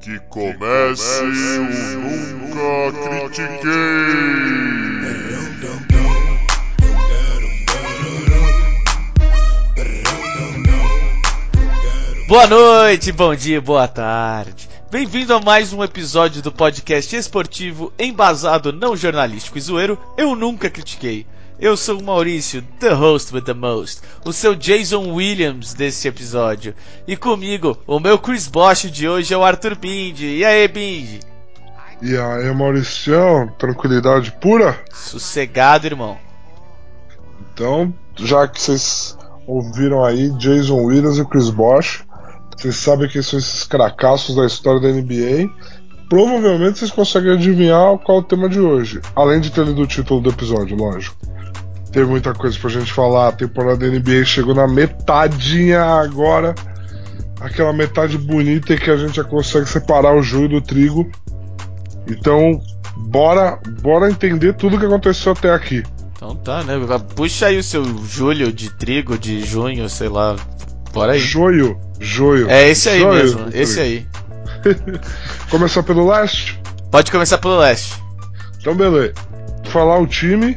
Que comece o Nunca Critiquei! Boa noite, bom dia, boa tarde. Bem-vindo a mais um episódio do podcast esportivo embasado não jornalístico e zoeiro Eu Nunca Critiquei. Eu sou o Maurício, the host with the most, o seu Jason Williams desse episódio. E comigo, o meu Chris Bosh de hoje é o Arthur Bindi. E aí, Bindi? E aí, Mauricião, tranquilidade pura? Sossegado, irmão. Então, já que vocês ouviram aí Jason Williams e Chris Bosh, vocês sabem quem são esses cracassos da história da NBA. Provavelmente vocês conseguem adivinhar qual é o tema de hoje, além de ter lido o título do episódio, lógico. Tem muita coisa pra gente falar. A temporada da NBA chegou na metadinha agora, aquela metade bonita em que a gente já consegue separar o joio do trigo. Então, bora entender tudo o que aconteceu até aqui. Então tá, né? Puxa aí o seu julho de trigo, de junho, sei lá. Bora aí. Joio. É esse aí mesmo, esse aí. Começar pelo leste? Pode começar pelo leste. Então, beleza. Vou falar o time.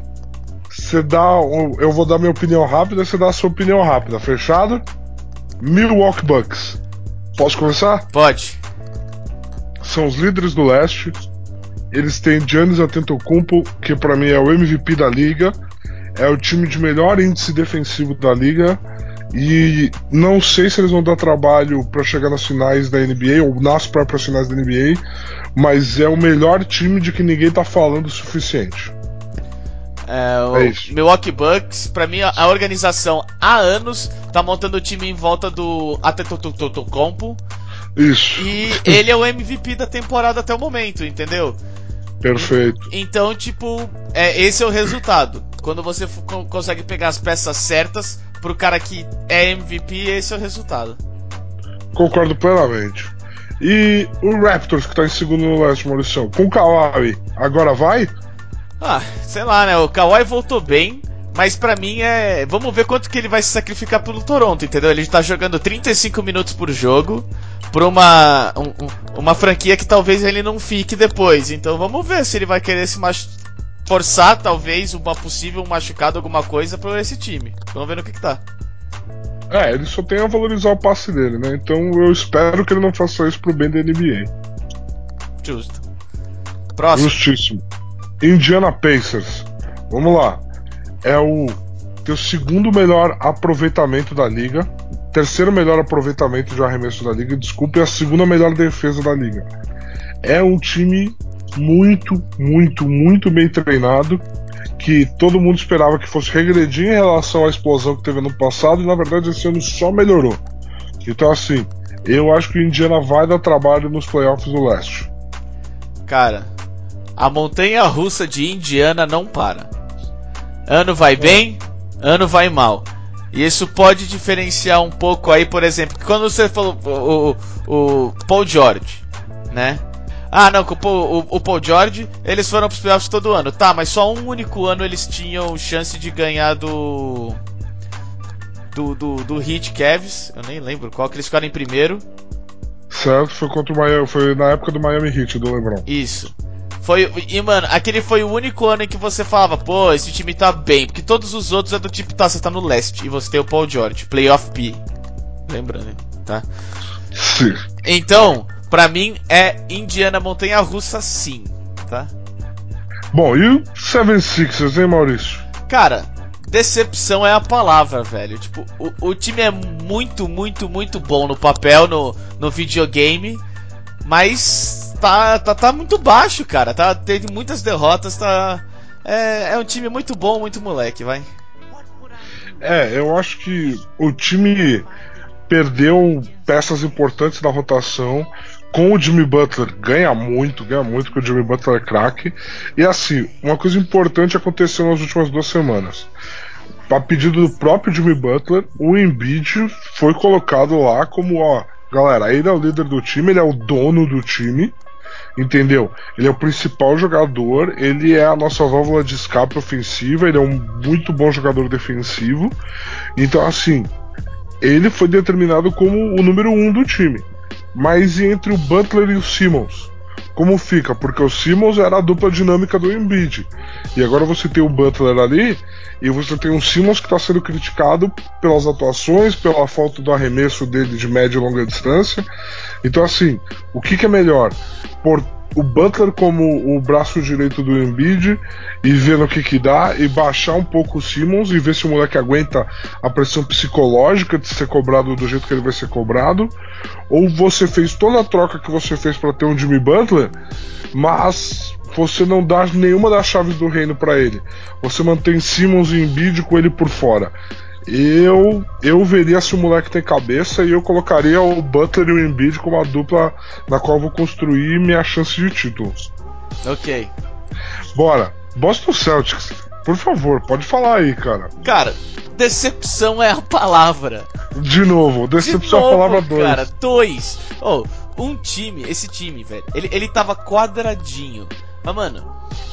Eu vou dar minha opinião rápida, você dá a sua opinião rápida, fechado? Milwaukee Bucks. Posso começar? Pode. São os líderes do leste. Eles têm Giannis Antetokounmpo, que pra mim é o MVP da liga. É o time de melhor índice defensivo da liga. E não sei se eles vão dar trabalho pra chegar nas finais da NBA ou nas próprias finais da NBA, mas é o melhor time de que ninguém tá falando o suficiente. O Milwaukee Bucks, pra mim, a organização há anos tá montando o time em volta do Antetokounmpo. Isso. E ele é o MVP da temporada até o momento, entendeu? Perfeito. Então, tipo, esse é o resultado. Quando você consegue pegar as peças certas pro cara que é MVP, esse é o resultado. Concordo plenamente. E o Raptors, que tá em segundo no leste, Maurício, com o Kawhi, agora vai? Sei lá, né? O Kawhi voltou bem, mas pra mim vamos ver quanto que ele vai se sacrificar pelo Toronto, entendeu? Ele tá jogando 35 minutos por jogo por uma franquia que talvez ele não fique depois. Então vamos ver se ele vai querer forçar, talvez, uma possível machucado, alguma coisa pra esse time. Vamos ver no que tá. Ele só tem a valorizar o passe dele, né? Então eu espero que ele não faça isso pro bem da NBA. Justo. Próximo. Justíssimo. Indiana Pacers. Vamos lá. Tem o segundo melhor aproveitamento da liga. Terceiro melhor aproveitamento de arremesso da liga. Desculpe, a segunda melhor defesa da liga. É um time muito, muito, muito bem treinado, que todo mundo esperava que fosse regredir em relação à explosão que teve ano passado, e na verdade esse ano só melhorou. Então assim, eu acho que o Indiana vai dar trabalho nos playoffs do leste. Cara, a montanha-russa de Indiana não para. Ano vai bem, ano vai mal. E isso pode diferenciar um pouco aí, por exemplo, quando você falou o Paul George, né? Não, o Paul George, eles foram pros playoffs todo ano. Tá, mas só um único ano eles tinham chance de ganhar do Heat Cavs. Eu nem lembro qual, que eles ficaram em primeiro. Certo, foi contra o Miami, foi na época do Miami Heat, do LeBron. Isso. E, mano, aquele foi o único ano em que você falava, pô, esse time tá bem. Porque todos os outros é do tipo, você tá no leste e você tem o Paul George, Playoff P. Lembrando, tá? Sim. Então, pra mim, é Indiana montanha-russa sim, tá? Bom, e o 76ers, hein, Maurício? Cara, decepção é a palavra, velho. Tipo, o time é muito, muito, muito bom no papel, no videogame, mas tá muito baixo, cara. Teve muitas derrotas, é um time muito bom, muito moleque, vai. Eu acho que o time perdeu peças importantes da rotação. Com o Jimmy Butler ganha muito, porque o Jimmy Butler é craque. E assim, uma coisa importante aconteceu nas últimas 2 semanas. A pedido do próprio Jimmy Butler, o Embiid foi colocado lá como, galera, ele é o líder do time, ele é o dono do time, entendeu? Ele é o principal jogador, ele é a nossa válvula de escape ofensiva, ele é um muito bom jogador defensivo. Então assim, ele foi determinado como o número 1 do time. Mas e entre o Butler e o Simmons? Como fica? Porque o Simmons era a dupla dinâmica do Embiid. E agora você tem o Butler ali, e você tem o Simmons que está sendo criticado pelas atuações, pela falta do arremesso dele de média e longa distância. Então, assim, o que é melhor? Por o Butler como o braço direito do Embiid e ver no que dá e baixar um pouco o Simmons e ver se o moleque aguenta a pressão psicológica de ser cobrado do jeito que ele vai ser cobrado, ou você fez toda a troca que você fez para ter um Jimmy Butler, mas você não dá nenhuma das chaves do reino para ele. Você mantém Simmons e Embiid com ele por fora. Eu veria se o moleque tem cabeça e eu colocaria o Butler e o Embiid como a dupla na qual eu vou construir minha chance de título. Ok. Bora. Boston Celtics. Por favor, pode falar aí, cara. Cara, decepção é a palavra. De novo, decepção é a palavra 2. Cara, 2. Oh, esse time, velho, ele tava quadradinho. Mas, mano,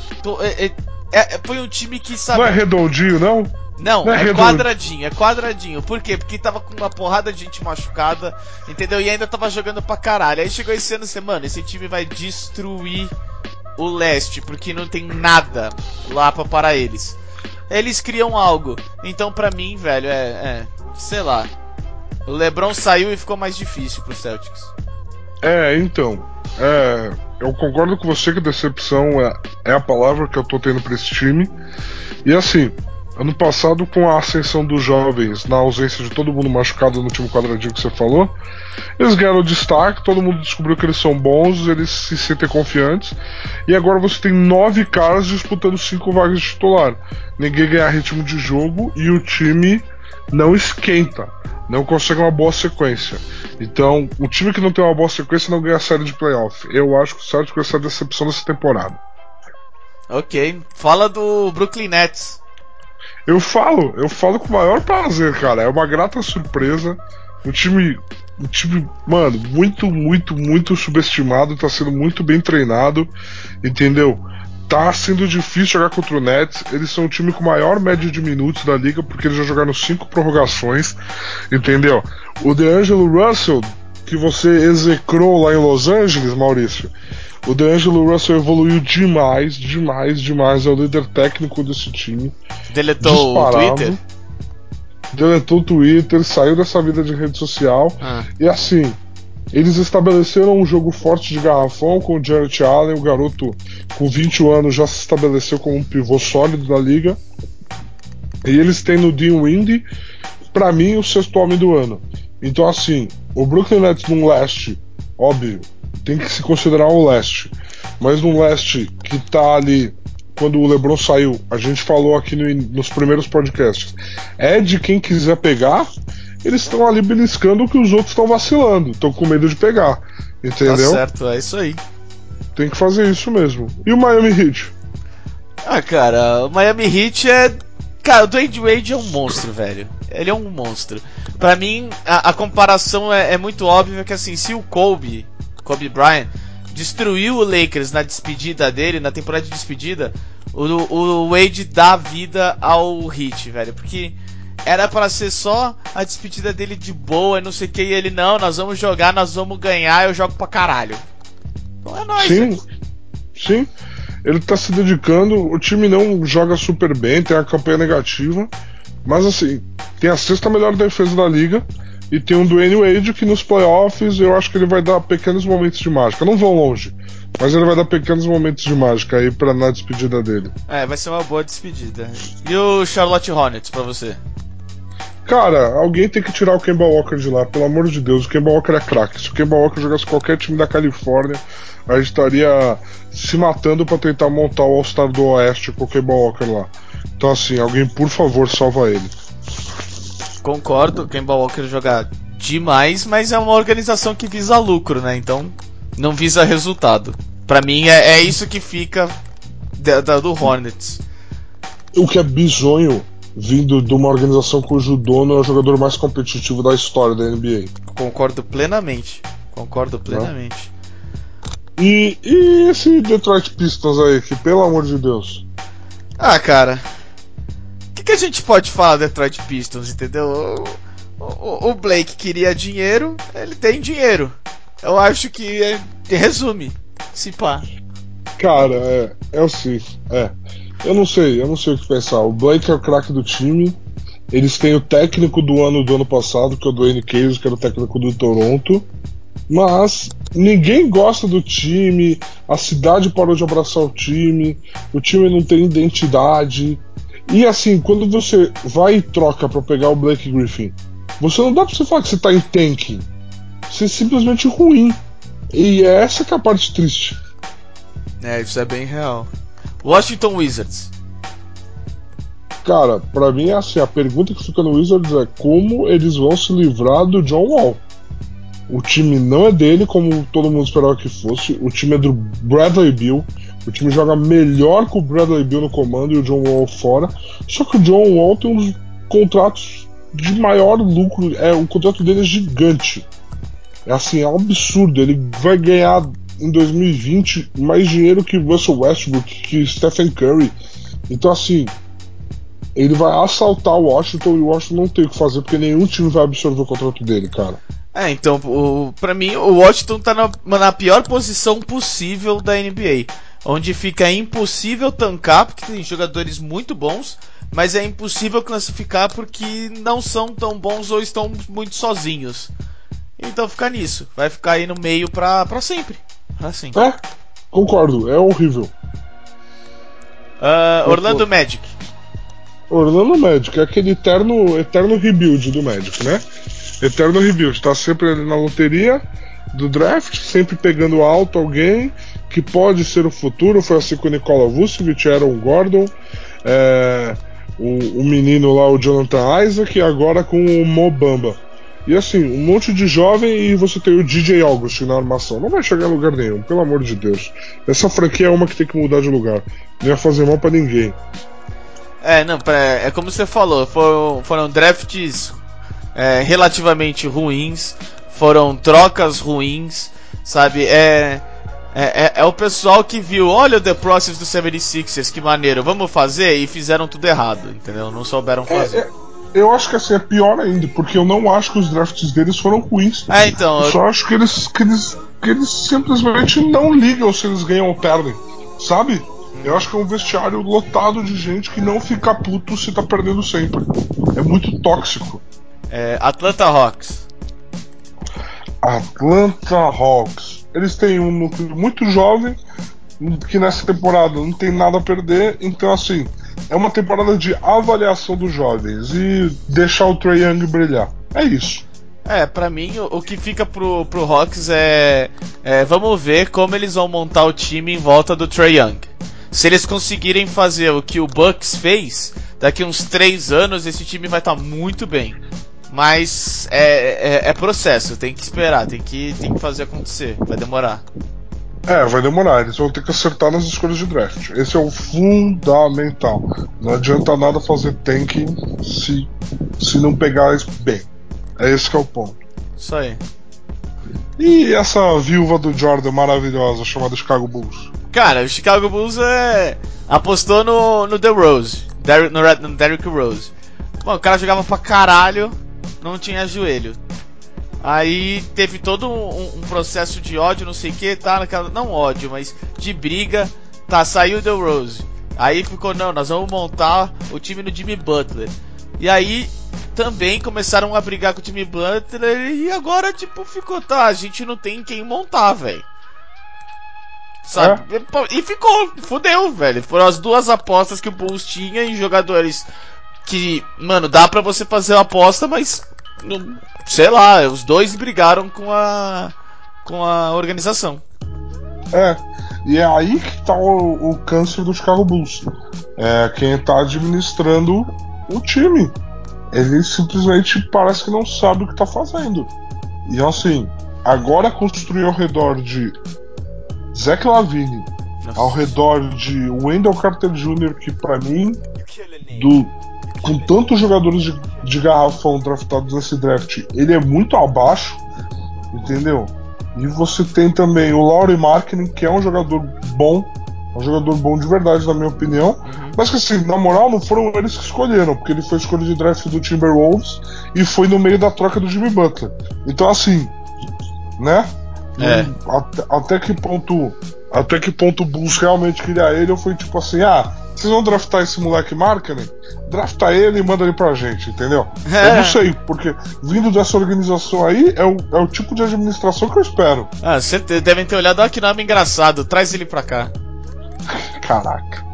foi um time que, sabe... Não é redondinho, não? Não, é quadradinho. Por quê? Porque tava com uma porrada de gente machucada, entendeu? E ainda tava jogando pra caralho. Aí chegou esse ano e mano, esse time vai destruir o leste, porque não tem nada lá pra parar eles. Eles criam algo. Então pra mim, velho, sei lá. O LeBron saiu e ficou mais difícil pro Celtics. Então, eu concordo com você que decepção é a palavra que eu tô tendo pra esse time. E assim, ano passado, com a ascensão dos jovens, na ausência de todo mundo machucado no time quadradinho que você falou, eles ganharam destaque, todo mundo descobriu que eles são bons, eles se sentem confiantes, e agora você tem 9 caras disputando 5 vagas de titular. Ninguém ganha ritmo de jogo e o time não esquenta, não consegue uma boa sequência. Então, o time que não tem uma boa sequência não ganha a série de playoff. Eu acho que o Celtics vai ser a decepção dessa temporada. Ok, fala do Brooklyn Nets. Eu falo com o maior prazer, cara. É uma grata surpresa. Um time, mano, muito subestimado. Tá sendo muito bem treinado, entendeu? Tá sendo difícil jogar contra o Nets. Eles são o time com maior média de minutos da liga, porque eles já jogaram 5 prorrogações, entendeu? O DeAngelo Russell, que você execrou lá em Los Angeles, Maurício. O DeAngelo Russell evoluiu demais. É o líder técnico desse time. Deletou o Twitter? Deletou o Twitter, saiu dessa vida de rede social. E assim, eles estabeleceram um jogo forte de garrafão com o Jarrett Allen. O garoto com 21 anos já se estabeleceu como um pivô sólido da liga. E eles têm no Dean Windy, pra mim, o 6º homem do ano. Então assim, o Brooklyn Nets no leste, óbvio, tem que se considerar um leste, mas num leste que tá ali, quando o LeBron saiu, a gente falou aqui nos primeiros podcasts, é de quem quiser pegar. Eles estão ali beliscando que os outros estão vacilando, estão com medo de pegar, entendeu? Tá certo, é isso aí. Tem que fazer isso mesmo. E o Miami Heat? Cara, o Miami Heat cara, o Dwayne Wade é um monstro, velho. Ele é um monstro. Pra mim, a comparação é muito óbvia, que assim, se o Kobe Bryant destruiu o Lakers na despedida dele, na temporada de despedida, o Wade dá vida ao Heat, velho, porque era para ser só a despedida dele de boa e não sei o que, e ele, não, nós vamos jogar, nós vamos ganhar, eu jogo pra caralho. Então é nóis, sim, velho. Sim, ele tá se dedicando, o time não joga super bem, tem a campanha negativa, mas assim, tem a 6ª melhor defesa da liga. E tem um Dwayne Wade que nos playoffs eu acho que ele vai dar pequenos momentos de mágica. Não vão longe, mas ele vai dar pequenos momentos de mágica aí na despedida dele. Vai ser uma boa despedida. E o Charlotte Hornets pra você? Cara, alguém tem que tirar o Kemba Walker de lá, pelo amor de Deus. O Kemba Walker é craque. Se o Kemba Walker jogasse qualquer time da Califórnia, a gente estaria se matando pra tentar montar o All-Star do Oeste com o Kemba Walker lá. Então assim, alguém por favor salva ele. Concordo, o Kemba Walker joga demais, mas é uma organização que visa lucro, né? Então não visa resultado. Pra mim é isso que fica do Hornets. O que é bizonho vindo de uma organização cujo dono é o jogador mais competitivo da história da NBA. Concordo plenamente. E esse Detroit Pistons aí, que pelo amor de Deus. Cara, o que a gente pode falar do Detroit Pistons, entendeu? O Blake queria dinheiro, ele tem dinheiro. Eu acho que resume. Se pá. Cara, assim, eu não sei o que pensar. O Blake é o craque do time. Eles têm o técnico do ano passado, que é o Dwayne Casey, que era o técnico do Toronto. Mas ninguém gosta do time, a cidade parou de abraçar o time não tem identidade. E assim, quando você vai e troca pra pegar o Blake Griffin, você não dá pra você falar que você tá em tanking. Você é simplesmente ruim. E essa que é a parte triste. Isso é bem real. Washington Wizards. Cara, pra mim é assim, a pergunta que fica no Wizards é como eles vão se livrar do John Wall. O time não é dele, como todo mundo esperava que fosse. O time é do Bradley Beal. O time joga melhor com o Bradley Beal no comando e o John Wall fora. Só que o John Wall tem uns contratos de maior lucro. O contrato dele é gigante. É assim, é um absurdo. Ele vai ganhar em 2020 mais dinheiro que Russell Westbrook, que Stephen Curry. Então assim, ele vai assaltar o Washington e o Washington não tem o que fazer porque nenhum time vai absorver o contrato dele, cara. Então, pra mim, o Washington tá na pior posição possível da NBA. Onde fica impossível tancar, porque tem jogadores muito bons, mas é impossível classificar porque não são tão bons ou estão muito sozinhos. Então fica nisso. Vai ficar aí no meio pra sempre. Assim. Concordo, é horrível. Orlando Magic. Orlando Magic é aquele eterno rebuild do Magic, né? Eterno rebuild, tá sempre ali na loteria do draft, sempre pegando alto alguém que pode ser o futuro. Foi assim com o Nikola Vucevic, Aaron Gordon, o menino lá, o Jonathan Isaac, e agora com o Mo Bamba. E assim, um monte de jovem e você tem o DJ August na armação. Não vai chegar em lugar nenhum, pelo amor de Deus. Essa franquia é uma que tem que mudar de lugar. Não ia fazer mal pra ninguém. É como você falou, foram drafts relativamente ruins, foram trocas ruins, sabe? É o pessoal que viu, olha o The Process do 76ers, que maneiro, vamos fazer, e fizeram tudo errado, entendeu? Não souberam fazer. Eu acho que assim é pior ainda, porque eu não acho que os drafts deles foram ruins. Então. Eu só acho que eles simplesmente não ligam se eles ganham ou perdem, sabe? Eu acho que é um vestiário lotado de gente que não fica puto se tá perdendo sempre. É muito tóxico. Atlanta Hawks. Atlanta Hawks. Eles têm um núcleo muito jovem que nessa temporada não tem nada a perder, então assim, é uma temporada de avaliação dos jovens e deixar o Trae Young brilhar. É isso. Pra mim, o que fica pro Hawks vamos ver como eles vão montar o time em volta do Trae Young. Se eles conseguirem fazer o que o Bucks fez, daqui uns 3 anos esse time vai estar muito bem. Mas é processo, tem que esperar, tem que fazer acontecer, vai demorar. Vai demorar, eles vão ter que acertar nas escolhas de draft. Esse é o fundamental. Não adianta nada fazer tanking se não pegar bem. É esse que é o ponto. Isso aí. E essa viúva do Jordan maravilhosa chamada Chicago Bulls? Cara, o Chicago Bulls apostou no The Rose, no Derrick Rose. Bom, o cara jogava pra caralho, não tinha joelho. Aí teve todo um processo de ódio, não sei o que, tá? Não ódio, mas de briga. Tá, saiu o The Rose. Aí ficou, não, nós vamos montar o time no Jimmy Butler. E aí também começaram a brigar com o Jimmy Butler. E agora, tipo, ficou, tá, a gente não tem quem montar, velho. Sabe? E ficou, fudeu, velho. Foram as 2 apostas que o Bulls tinha em jogadores que, mano, dá pra você fazer uma aposta, mas sei lá, os 2 brigaram com a organização. E é aí que tá o câncer do Chicago Bulls. Quem tá administrando o time. Ele simplesmente parece que não sabe o que tá fazendo. E assim, agora construir ao redor de Zach LaVine, ao redor de Wendell Carter Jr., que pra mim, com tantos jogadores de garrafão draftados nesse draft, ele é muito abaixo, entendeu? E você tem também o Lauri Markkanen, que é um jogador bom de verdade, na minha opinião, mas que assim, na moral, não foram eles que escolheram, porque ele foi escolha de draft do Timberwolves e foi no meio da troca do Jimmy Butler. Então assim, né? Até que ponto o Bulls realmente queria ele, ou foi tipo assim, vocês vão draftar esse moleque Markkanen? Drafta ele e manda ele pra gente, entendeu? Eu não sei, porque vindo dessa organização aí, é o tipo de administração que eu espero. Vocês devem ter olhado, que nome engraçado, traz ele pra cá. Caraca.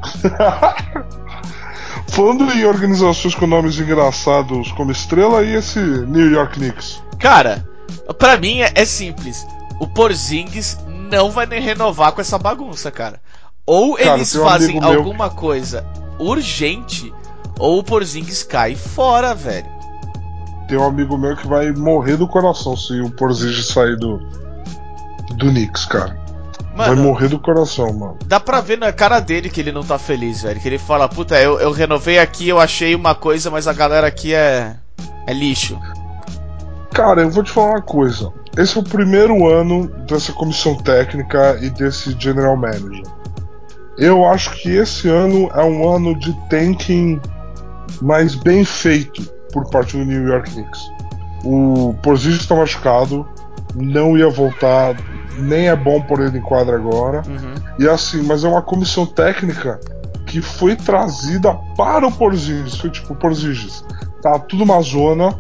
Falando em organizações com nomes engraçados como estrela, e esse New York Knicks? Cara, pra mim é simples. O Porzingis não vai nem renovar com essa bagunça, cara. Ou eles fazem alguma coisa urgente, ou o Porzingis cai fora, velho. Tem um amigo meu que vai morrer do coração se o Porzingis sair do Knicks, cara. Mano, vai morrer do coração, mano. Dá pra ver na cara dele que ele não tá feliz, velho. Que ele fala, puta, eu renovei aqui, eu achei uma coisa, mas a galera aqui é lixo. Cara, eu vou te falar uma coisa. Esse é o primeiro ano dessa comissão técnica e desse general manager. Eu acho que esse ano é um ano de tanking mais bem feito por parte do New York Knicks. O Porzingis está machucado, não ia voltar, nem é bom por ele em quadra agora. E assim, mas é uma comissão técnica que foi trazida para o Porzingis. Foi tipo, Porzingis, tá tudo uma zona,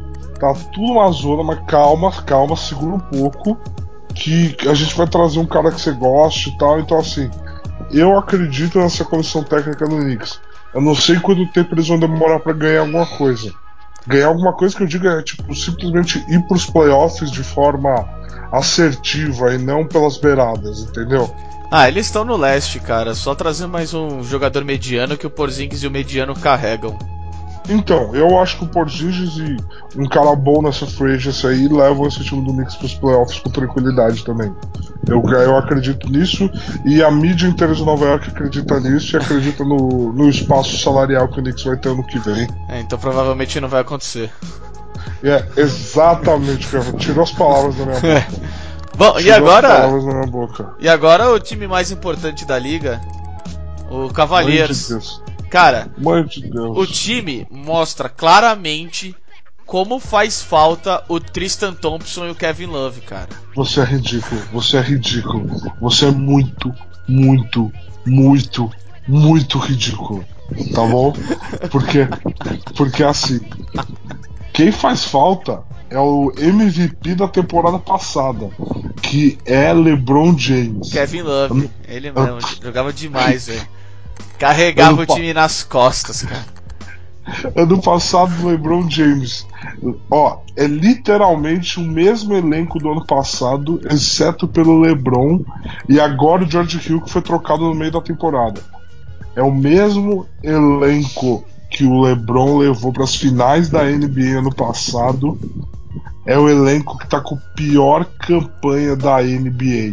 mas calma, segura um pouco, que a gente vai trazer um cara que você goste e tal. Então assim, eu acredito nessa comissão técnica do Knicks. Eu não sei quanto tempo eles vão demorar pra ganhar alguma coisa. Ganhar alguma coisa que eu digo é tipo simplesmente ir pros playoffs de forma assertiva e não pelas beiradas, entendeu? Eles estão no leste, cara. Só trazer mais um jogador mediano que o Porzingis e o mediano carregam. Então, eu acho que o Porzingis e um cara bom nessa free agency aí levam esse time do Knicks pros playoffs com tranquilidade também. Eu acredito nisso, e a mídia inteira de Nova York acredita nisso e acredita no espaço salarial que o Knicks vai ter ano que vem. Então provavelmente não vai acontecer. Exatamente, tirou as palavras da minha boca. Bom, e agora o time mais importante da liga, o Cavaliers. Mãe de Deus. Cara, Mãe de Deus. O time mostra claramente como faz falta o Tristan Thompson e o Kevin Love, cara. Você é ridículo. Você é muito, muito, muito, muito ridículo. Tá bom? Porque assim, quem faz falta é o MVP da temporada passada, que é LeBron James. Kevin Love, ele mesmo, jogava demais, velho. Carregava o time nas costas, cara. Ano passado, o LeBron James, é literalmente o mesmo elenco do ano passado, exceto pelo LeBron, e agora o George Hill, que foi trocado no meio da temporada. É o mesmo elenco que o LeBron levou para as finais da NBA ano passado. É o elenco que tá com a pior campanha da NBA.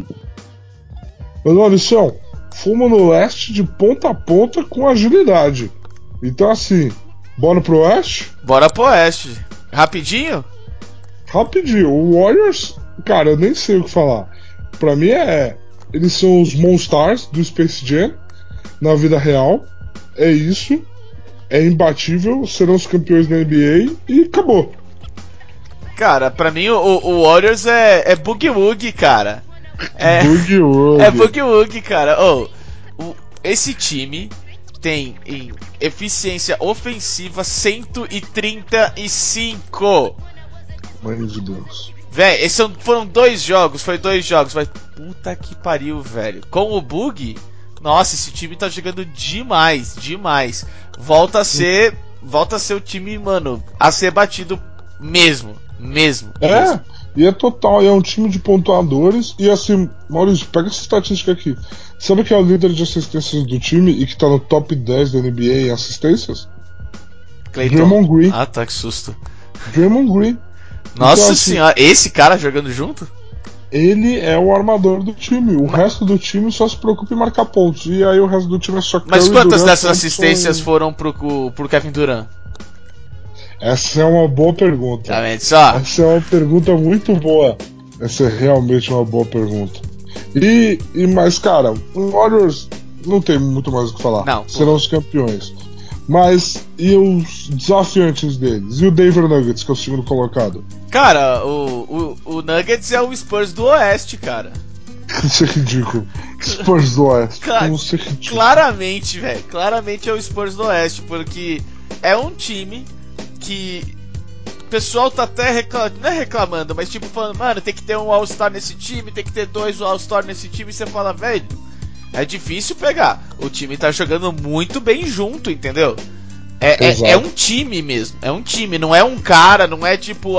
Mas olha só, fomos no leste de ponta a ponta com agilidade. Então assim, bora pro oeste? Bora pro oeste. Rapidinho? Rapidinho. O Warriors, cara, eu nem sei o que falar. Pra mim eles são os Monstars do Space Jam na vida real. É isso. É imbatível. Serão os campeões da NBA e acabou. Cara, pra mim o Warriors é Boogie Woogie, cara. Boogie Woogie. É Boogie Woogie, cara. Esse time tem em eficiência ofensiva 135. Mãe de Deus. Véi, foram 2 jogos, mas puta que pariu, velho. Com o Boogie, nossa, esse time tá jogando demais. Volta a ser o time, mano, a ser batido mesmo. E é total, é um time de pontuadores. E assim, Maurício, pega essa estatística aqui. Sabe quem é o líder de assistências do time e que tá no top 10 da NBA em assistências? Clayton. Draymond Green. Tá, que susto. Draymond Green. Nossa então, senhora, esse cara jogando junto? Ele é o armador do time. O resto do time só se preocupa em marcar pontos. E aí o resto do time é só Curry, Mas quantas Durant, dessas assistências foram pro Kevin Durant? Essa é uma boa pergunta. Tá vendo só? Essa é uma pergunta muito boa. Essa é realmente uma boa pergunta. Mas, cara, o Warriors não tem muito mais o que falar. Não, serão os campeões. Mas e os desafiantes deles? E o Denver Nuggets, que é o segundo colocado? Cara, o Nuggets é o Spurs do Oeste, cara. Isso é ridículo. Spurs do Oeste. Como ser ridículo. Claramente, velho. Claramente é o Spurs do Oeste, porque é um time que o pessoal tá até reclamando, não é reclamando, mas tipo falando, mano, tem que ter um All-Star nesse time, tem que ter 2 All-Star nesse time, e você fala, velho, é difícil pegar. O time tá jogando muito bem junto, entendeu? É um time mesmo, é um time, não é um cara, não é tipo,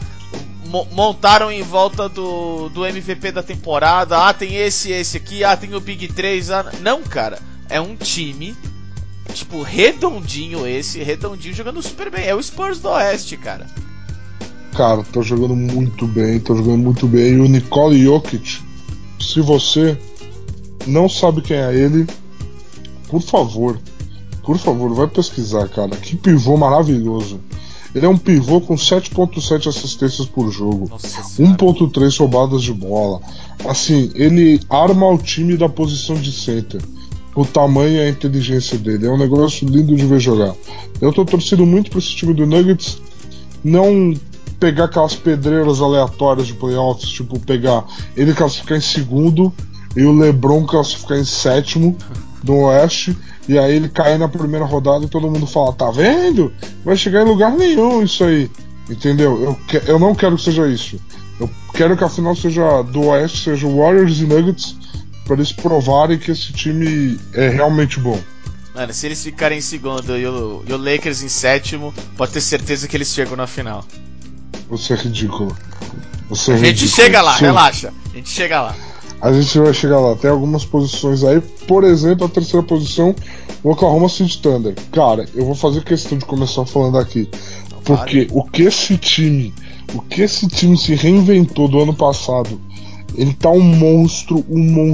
montaram em volta do MVP da temporada, tem esse aqui, tem o Big 3, não, cara, é um time, tipo, redondinho jogando super bem, é o Spurs do Oeste, cara. Cara, tá jogando muito bem, e o Nikola Jokic, se você não sabe quem é ele, por favor, vai pesquisar, cara. Que pivô maravilhoso. Ele é um pivô com 7.7 assistências por jogo, 1.3 roubadas de bola. Assim, ele arma o time da posição de center. O tamanho e a inteligência dele. É um negócio lindo de ver jogar. Eu tô torcendo muito pra esse time do Nuggets não pegar aquelas pedreiras aleatórias de playoffs, tipo pegar ele classificar em segundo e o LeBron classificar em sétimo do Oeste, e aí ele cair na primeira rodada e todo mundo fala, tá vendo? Vai chegar em lugar nenhum isso aí, entendeu? Eu não quero que seja isso. Eu quero que a final seja do Oeste, seja Warriors e Nuggets, para eles provarem que esse time é realmente bom. Mano, se eles ficarem em segundo e o Lakers em sétimo, pode ter certeza que eles chegam na final. Você é ridículo. A gente chega lá, relaxa. A gente chega lá. A gente vai chegar lá. Tem algumas posições aí. Por exemplo, a terceira posição, o Oklahoma City Thunder. Cara, eu vou fazer questão de começar falando aqui. Porque o que esse time se reinventou do ano passado, ele tá um monstro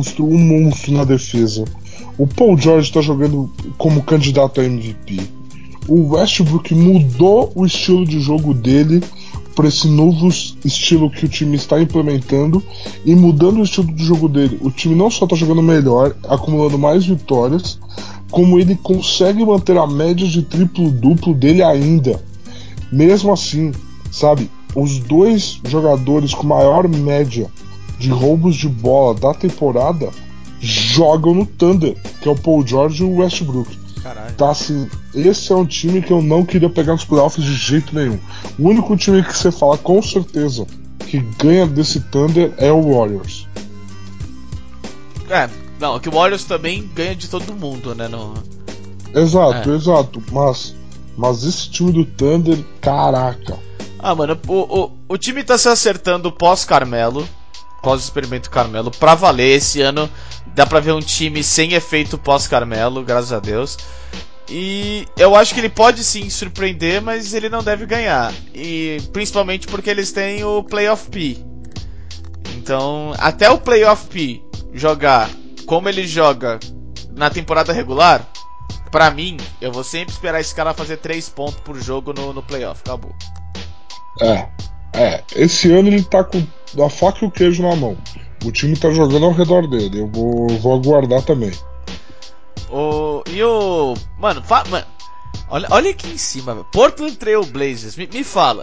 na defesa. O Paul George tá jogando como candidato a MVP. O Westbrook mudou o estilo de jogo dele para esse novo estilo que o time está implementando, e mudando o estilo de jogo dele, o time não só está jogando melhor, acumulando mais vitórias, como ele consegue manter a média de triplo-duplo dele ainda. Mesmo assim, sabe, os dois jogadores com maior média de roubos de bola da temporada jogam no Thunder, que é o Paul George e o Westbrook. Caralho. Tá assim, esse é um time que eu não queria pegar nos playoffs de jeito nenhum. O único time que você fala com certeza que ganha desse Thunder é o Warriors. Não, que o Warriors também ganha de todo mundo, né? Exato, mas esse time do Thunder, caraca. Mano, o time tá se acertando pós-Carmelo, pós-experimento Carmelo, pra valer. Esse ano dá pra ver um time sem efeito pós-Carmelo, graças a Deus. E eu acho que ele pode sim surpreender, mas ele não deve ganhar. E principalmente porque eles têm o Playoff P. Então, até o Playoff P jogar como ele joga na temporada regular, pra mim, eu vou sempre esperar esse cara fazer 3 pontos por jogo no Playoff. Acabou. Esse ano ele tá com a faca e o queijo na mão. O time tá jogando ao redor dele. Eu vou aguardar também. Mano, olha aqui em cima, véio. Portland Trail Blazers. Me fala.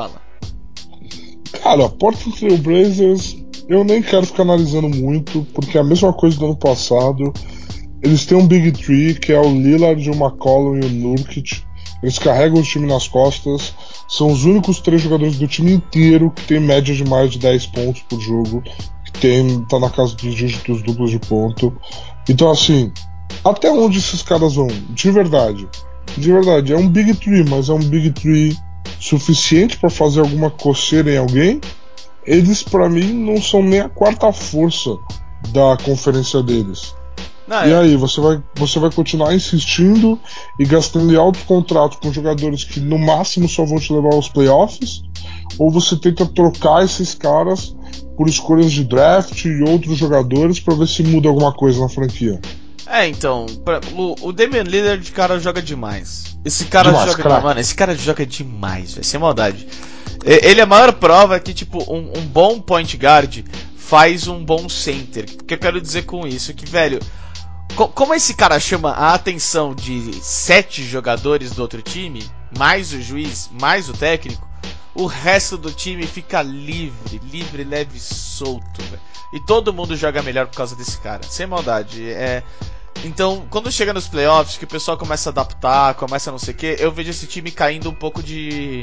Cara, Portland Trail Blazers, eu nem quero ficar analisando muito, porque é a mesma coisa do ano passado. Eles têm um Big Three, que é o Lillard, o McCollum e o Nurkic. Eles carregam o time nas costas. São os únicos 3 jogadores do time inteiro que tem média de mais de 10 pontos por jogo, que tá na casa dos dígitos duplos de ponto. Então, assim, até onde esses caras vão? De verdade, é um Big Three, mas é um Big Three suficiente para fazer alguma coceira em alguém? Eles, pra mim, não são nem a quarta força da conferência deles. E aí, você vai continuar insistindo e gastando em altos contratos com jogadores que no máximo só vão te levar aos playoffs? Ou você tenta trocar esses caras por escolhas de draft e outros jogadores para ver se muda alguma coisa na franquia? Então, o Damian Lillard, cara, joga demais. Esse cara joga demais, véio, sem maldade. Ele é a maior prova que, tipo, um bom point guard faz um bom center. O que eu quero dizer com isso? Que, velho, Como esse cara chama a atenção de 7 jogadores do outro time, mais o juiz, mais o técnico, o resto do time fica livre, leve e solto, véio. E todo mundo joga melhor por causa desse cara, sem maldade. Então, quando chega nos playoffs, que o pessoal começa a adaptar, começa a não sei o que, eu vejo esse time caindo um pouco de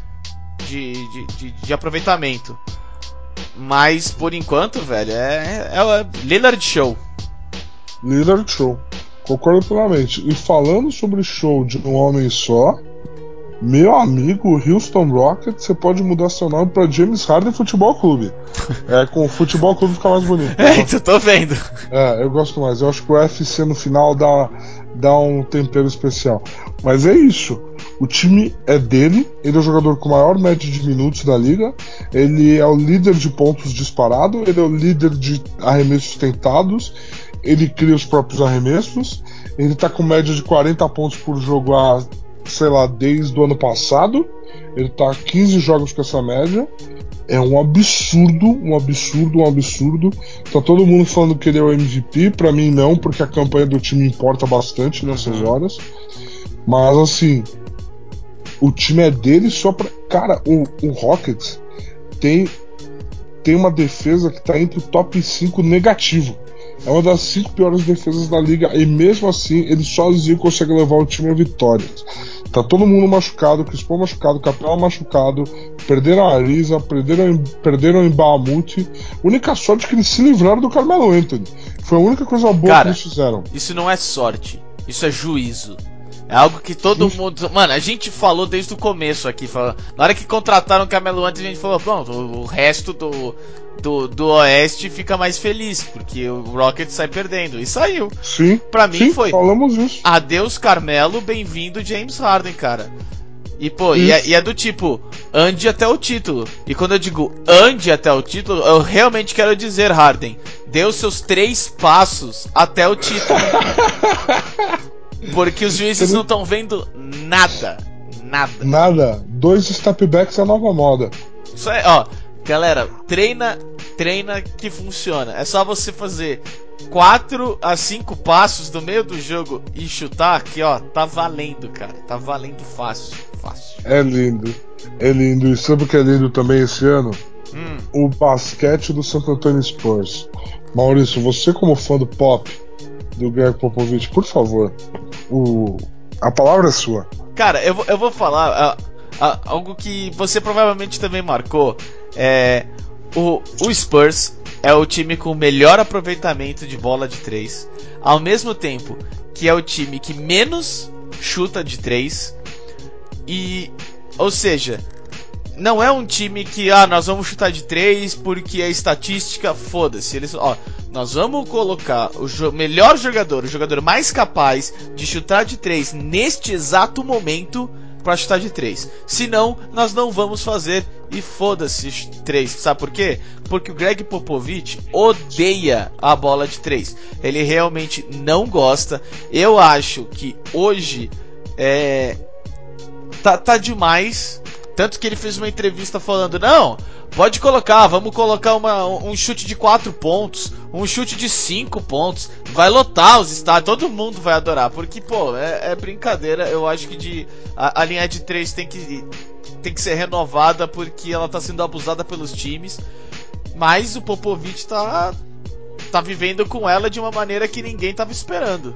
aproveitamento. Mas, por enquanto, velho, é o Lillard Show. Lillard Show. Concordo plenamente. E falando sobre show de um homem só, meu amigo Houston Rockets, você pode mudar seu nome pra James Harden Futebol Clube. Com o Futebol Clube fica mais bonito. Eu tô vendo. Eu gosto mais. Eu acho que o UFC no final dá um tempero especial. Mas é isso. O time é dele. Ele é o jogador com maior média de minutos da liga. Ele é o líder de pontos disparado. Ele é o líder de arremessos tentados. Ele cria os próprios arremessos. Ele tá com média de 40 pontos por jogo desde o ano passado. Ele tá 15 jogos com essa média. É um absurdo. Tá todo mundo falando que ele é o MVP. Pra mim não, porque a campanha do time importa bastante nessas horas. Mas assim, o time é dele só pra... Cara, o Rockets tem uma defesa que tá entre o top 5 negativo. É uma das 5 piores defesas da liga. E mesmo assim, ele sozinho consegue levar o time a vitórias. Tá todo mundo machucado, Chris Paul machucado, Capela machucado, perderam a Ariza, perderam em Bahamut. Única sorte é que eles se livraram do Carmelo Anthony. Foi a única coisa boa que eles fizeram. Isso não é sorte, isso é juízo. É algo que todo mundo... Mano, a gente falou desde o começo aqui. Na hora que contrataram o Carmelo Anthony, a gente falou, pronto, o resto do Oeste fica mais feliz, porque o Rockets sai perdendo. E saiu. Sim. Pra mim foi... falamos isso. Adeus Carmelo, bem-vindo James Harden, cara. E pô, e é do tipo, ande até o título. E quando eu digo ande até o título, eu realmente quero dizer, Harden, dê os seus 3 passos até o título. Porque os juízes não estão vendo nada. 2 step backs é a nova moda. Isso é, galera, treina que funciona. É só você fazer 4 a 5 passos no meio do jogo e chutar que, tá valendo, cara. Tá valendo fácil. É lindo. E sabe o que é lindo também esse ano? O basquete do San Antonio Spurs. Maurício, você como fã do pop, do Greg Popovich, por favor, a palavra é sua. Cara, eu vou falar algo que você provavelmente também marcou. O Spurs é o time com o melhor aproveitamento de bola de 3, ao mesmo tempo que é o time que menos chuta de 3. Ou seja, não é um time que nós vamos chutar de 3 porque a estatística, foda-se. Nós vamos colocar o melhor jogador, o jogador mais capaz de chutar de 3 neste exato momento pra chutar de 3. Senão, nós não vamos fazer e foda-se 3. Sabe por quê? Porque o Greg Popovich odeia a bola de 3. Ele realmente não gosta. Eu acho que hoje tá demais. Tanto que ele fez uma entrevista falando, não, pode colocar, vamos colocar um chute de 4 pontos, um chute de 5 pontos, vai lotar os estádios, todo mundo vai adorar, porque, pô, é brincadeira. Eu acho que a linha de 3 tem que ser renovada, porque ela tá sendo abusada pelos times, mas o Popovich tá vivendo com ela de uma maneira que ninguém tava esperando.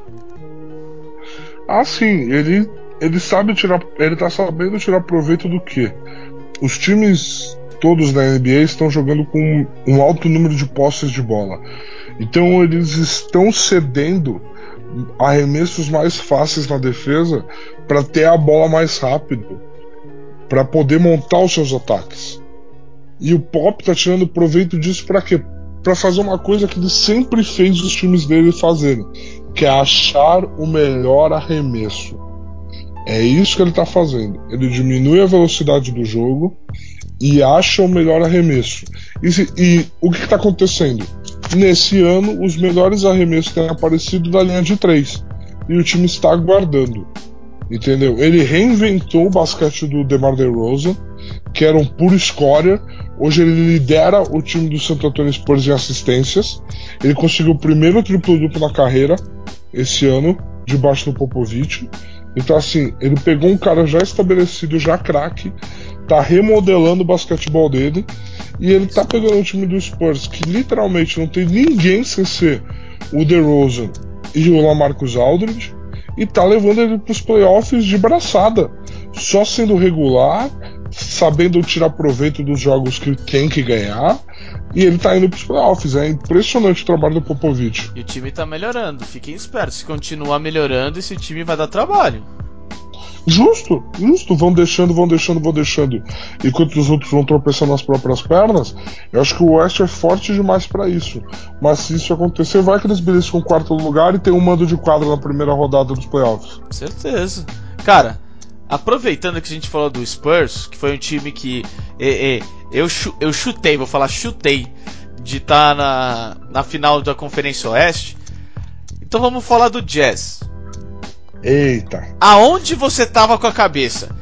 Sim, ele tá sabendo tirar proveito do quê? Os times todos da NBA estão jogando com um alto número de posses de bola. Então eles estão cedendo arremessos mais fáceis na defesa para ter a bola mais rápido, para poder montar os seus ataques. E o Pop tá tirando proveito disso para quê? Para fazer uma coisa que ele sempre fez os times dele fazerem, que é achar o melhor arremesso. É isso que ele tá fazendo. Ele diminui a velocidade do jogo e acha o melhor arremesso. E o que tá acontecendo? Nesse ano, os melhores arremessos têm aparecido da linha de 3. E o time está aguardando. Entendeu? Ele reinventou o basquete do DeMar DeRozan, que era um puro scorer. Hoje ele lidera o time do San Antonio Spurs em assistências. Ele conseguiu o primeiro triplo-duplo na carreira. esse ano, debaixo do Popovich. Então, assim, ele pegou um cara já estabelecido, já craque, tá remodelando o basquetebol dele, e ele tá pegando o time do Spurs, que literalmente não tem ninguém sem ser o DeRozan e o LaMarcus Aldridge, e tá levando ele pros playoffs de braçada, só sendo regular, sabendo tirar proveito dos jogos que tem que ganhar, e ele tá indo pros playoffs. É impressionante o trabalho do Popovich. E o time tá melhorando, fiquem espertos. Se continuar melhorando, esse time vai dar trabalho. Justo, vão deixando. Enquanto os outros vão tropeçando nas próprias pernas, eu acho que o West é forte demais pra isso. Mas se isso acontecer, vai que eles beliscam o quarto lugar e tem um mando de quadra na primeira rodada dos playoffs. Certeza. Cara, aproveitando que a gente falou do Spurs, que foi um time que eu chutei, vou falar chutei, de estar na final da Conferência Oeste. Então vamos falar do Jazz. Eita. Aonde você tava com a cabeça?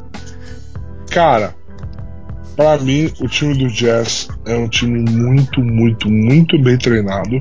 Cara, pra mim, o time do Jazz é um time muito bem treinado,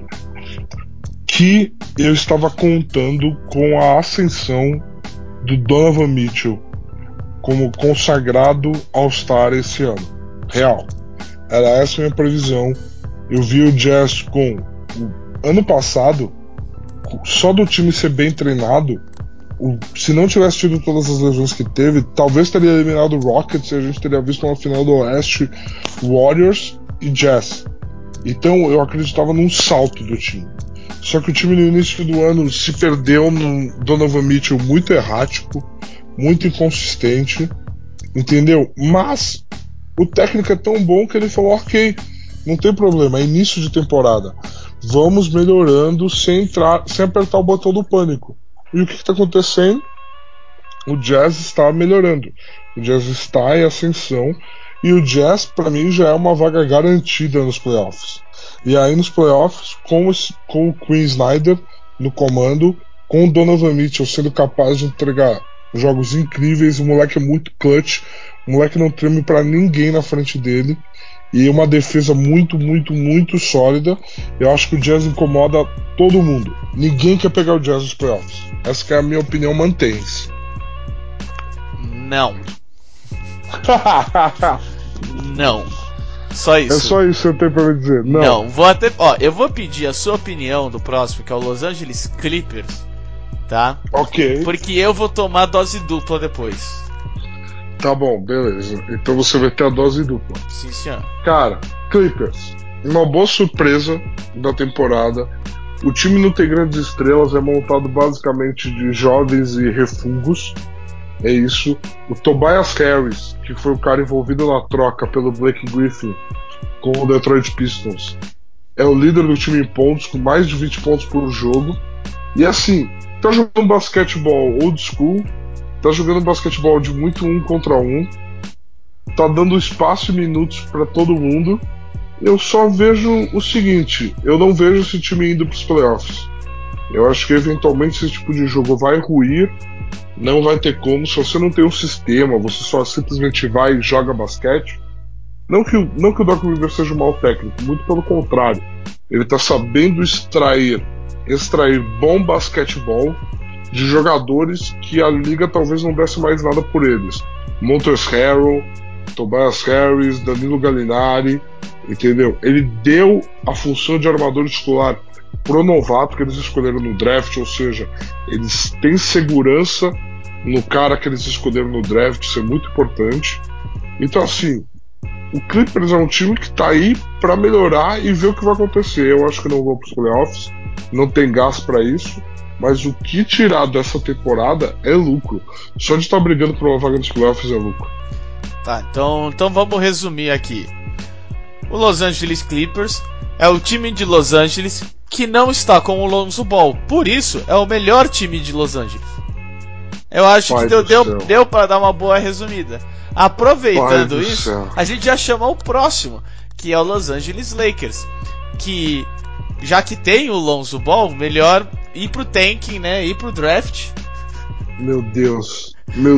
que eu estava contando com a ascensão do Donovan Mitchell como consagrado All-Star esse ano. Real. Era essa a minha previsão. Eu vi o Jazz com o ano passado, só do time ser bem treinado, se não tivesse tido todas as lesões que teve, talvez teria eliminado o Rockets e a gente teria visto uma final do Oeste Warriors e Jazz. Então eu acreditava num salto do time. Só que o time no início do ano se perdeu num Donovan Mitchell muito errático, muito inconsistente, entendeu? Mas o técnico é tão bom que ele falou: ok, não tem problema, é início de temporada, vamos melhorando sem apertar o botão do pânico. E o que está acontecendo? O Jazz está melhorando, o Jazz está em ascensão, e o Jazz para mim já é uma vaga garantida nos playoffs. E aí nos playoffs, com o Quinn Snyder no comando, com o Donovan Mitchell sendo capaz de entregar jogos incríveis, o moleque é muito clutch, o moleque não treme para ninguém na frente dele, e uma defesa muito sólida. Eu acho que o Jazz incomoda todo mundo. Ninguém quer pegar o Jazz nos playoffs. Essa que é a minha opinião, mantém-se. Não. Não. Só isso. É só isso que eu tenho pra me dizer. Não. Eu vou pedir a sua opinião do próximo, que é o Los Angeles Clippers, tá? Ok. Porque eu vou tomar dose dupla depois. Tá bom, beleza. Então você vai ter a dose dupla. Sim, senhor. Cara, Clippers, uma boa surpresa da temporada. O time não tem grandes estrelas, é montado basicamente de jovens e refugos. É isso. O Tobias Harris, que foi o cara envolvido na troca pelo Blake Griffin com o Detroit Pistons, é o líder do time em pontos, com mais de 20 pontos por jogo. E assim, tá jogando basquetebol old school, tá jogando basquetebol de muito 1 contra 1, tá dando espaço e minutos para todo mundo. Eu só vejo o seguinte: eu não vejo esse time indo pros playoffs. Eu acho que eventualmente esse tipo de jogo vai ruir. Não vai ter como, se você não tem um sistema, você só simplesmente vai e joga basquete. Não que o Doc Rivers seja um mau técnico, muito pelo contrário. Ele está sabendo extrair bom basquetebol de jogadores que a liga talvez não desse mais nada por eles. Montrezl Harrell, Tobias Harris, Danilo Gallinari, entendeu? Ele deu a função de armador titular pro novato que eles escolheram no draft, ou seja, eles têm segurança no cara que eles escolheram no draft, isso é muito importante. Então assim, o Clippers é um time que tá aí para melhorar e ver o que vai acontecer. Eu acho que não vou pros playoffs, não tem gás para isso, mas o que tirar dessa temporada é lucro. Só de estar brigando por uma vaga nos playoffs é lucro. Tá, então vamos resumir aqui. O Los Angeles Clippers é o time de Los Angeles que não está com o Lonzo Ball. Por isso, é o melhor time de Los Angeles. Eu acho que deu para dar uma boa resumida. Aproveitando isso, a gente já chama o próximo, que é o Los Angeles Lakers. Que, já que tem o Lonzo Ball, melhor ir pro tanking, né? Ir pro draft. Meu Deus,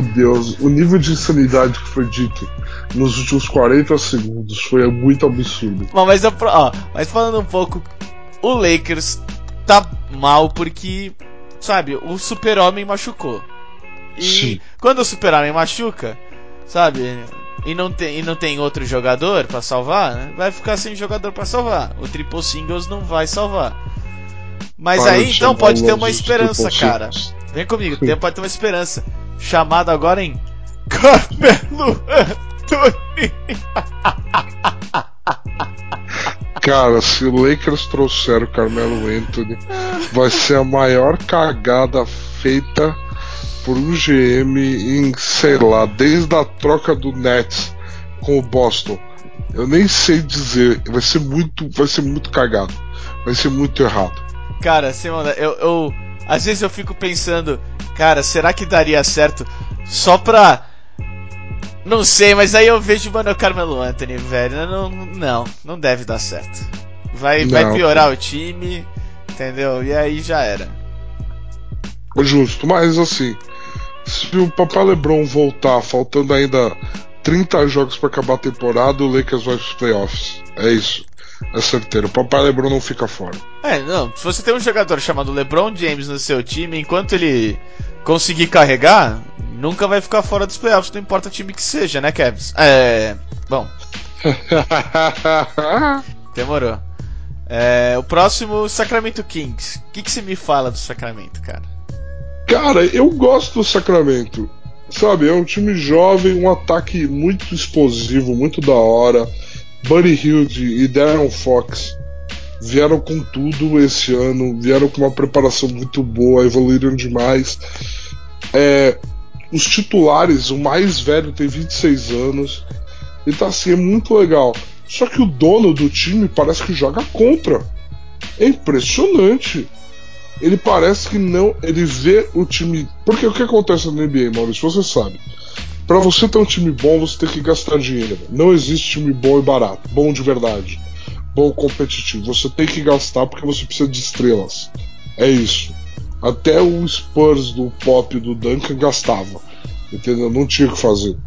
o nível de insanidade que foi dito nos últimos 40 segundos foi muito absurdo. Mas falando um pouco, o Lakers tá mal porque sabe, o Super-Homem machucou. E Sim. quando o Super-Homem machuca, sabe, e não tem outro jogador pra salvar, vai ficar sem jogador pra salvar. O Triple Singles não vai salvar. Mas Para aí de então chamar pode ter o uma Lonzo de esperança, Triple cara. Singles. Vem comigo, pode ter uma esperança. Chamado agora em Carmelo Anthony. Cara, se o Lakers trouxer o Carmelo Anthony, vai ser a maior cagada feita por um GM em, sei lá, desde a troca do Nets com o Boston. Eu nem sei dizer, vai ser muito cagado. Vai ser muito errado. Cara, Simona, eu às vezes eu fico pensando, cara, será que daria certo só pra... Não sei, mas aí eu vejo, mano, o Carmelo Anthony, velho, não deve dar certo. Vai piorar o time, entendeu? E aí já era. Justo, mas assim, se o Papai LeBron voltar faltando ainda 30 jogos pra acabar a temporada, o Lakers vai pros playoffs. É isso. É certeiro. O Papai LeBron não fica fora. Não, se você tem um jogador chamado LeBron James no seu time, enquanto ele conseguir carregar, nunca vai ficar fora dos playoffs, não importa o time que seja, né, Kevs? Bom. Demorou. O próximo, Sacramento Kings. O que você me fala do Sacramento, cara? Cara, eu gosto do Sacramento. Sabe, é um time jovem, um ataque muito explosivo, muito da hora. Buddy Hield e Darren Fox vieram com tudo esse ano, vieram com uma preparação muito boa, evoluíram demais. Os titulares, o mais velho tem 26 anos, e tá assim, é muito legal. Só que o dono do time parece que joga contra. É impressionante. Ele parece que não. Ele vê o time. Porque o que acontece na NBA, Maurício, você sabe. Pra você ter um time bom, você tem que gastar dinheiro. Não existe time bom e barato. Bom de verdade. Bom competitivo. Você tem que gastar porque você precisa de estrelas. É isso. Até o Spurs do Pop e do Duncan gastava. Entendeu? Não tinha o que fazer.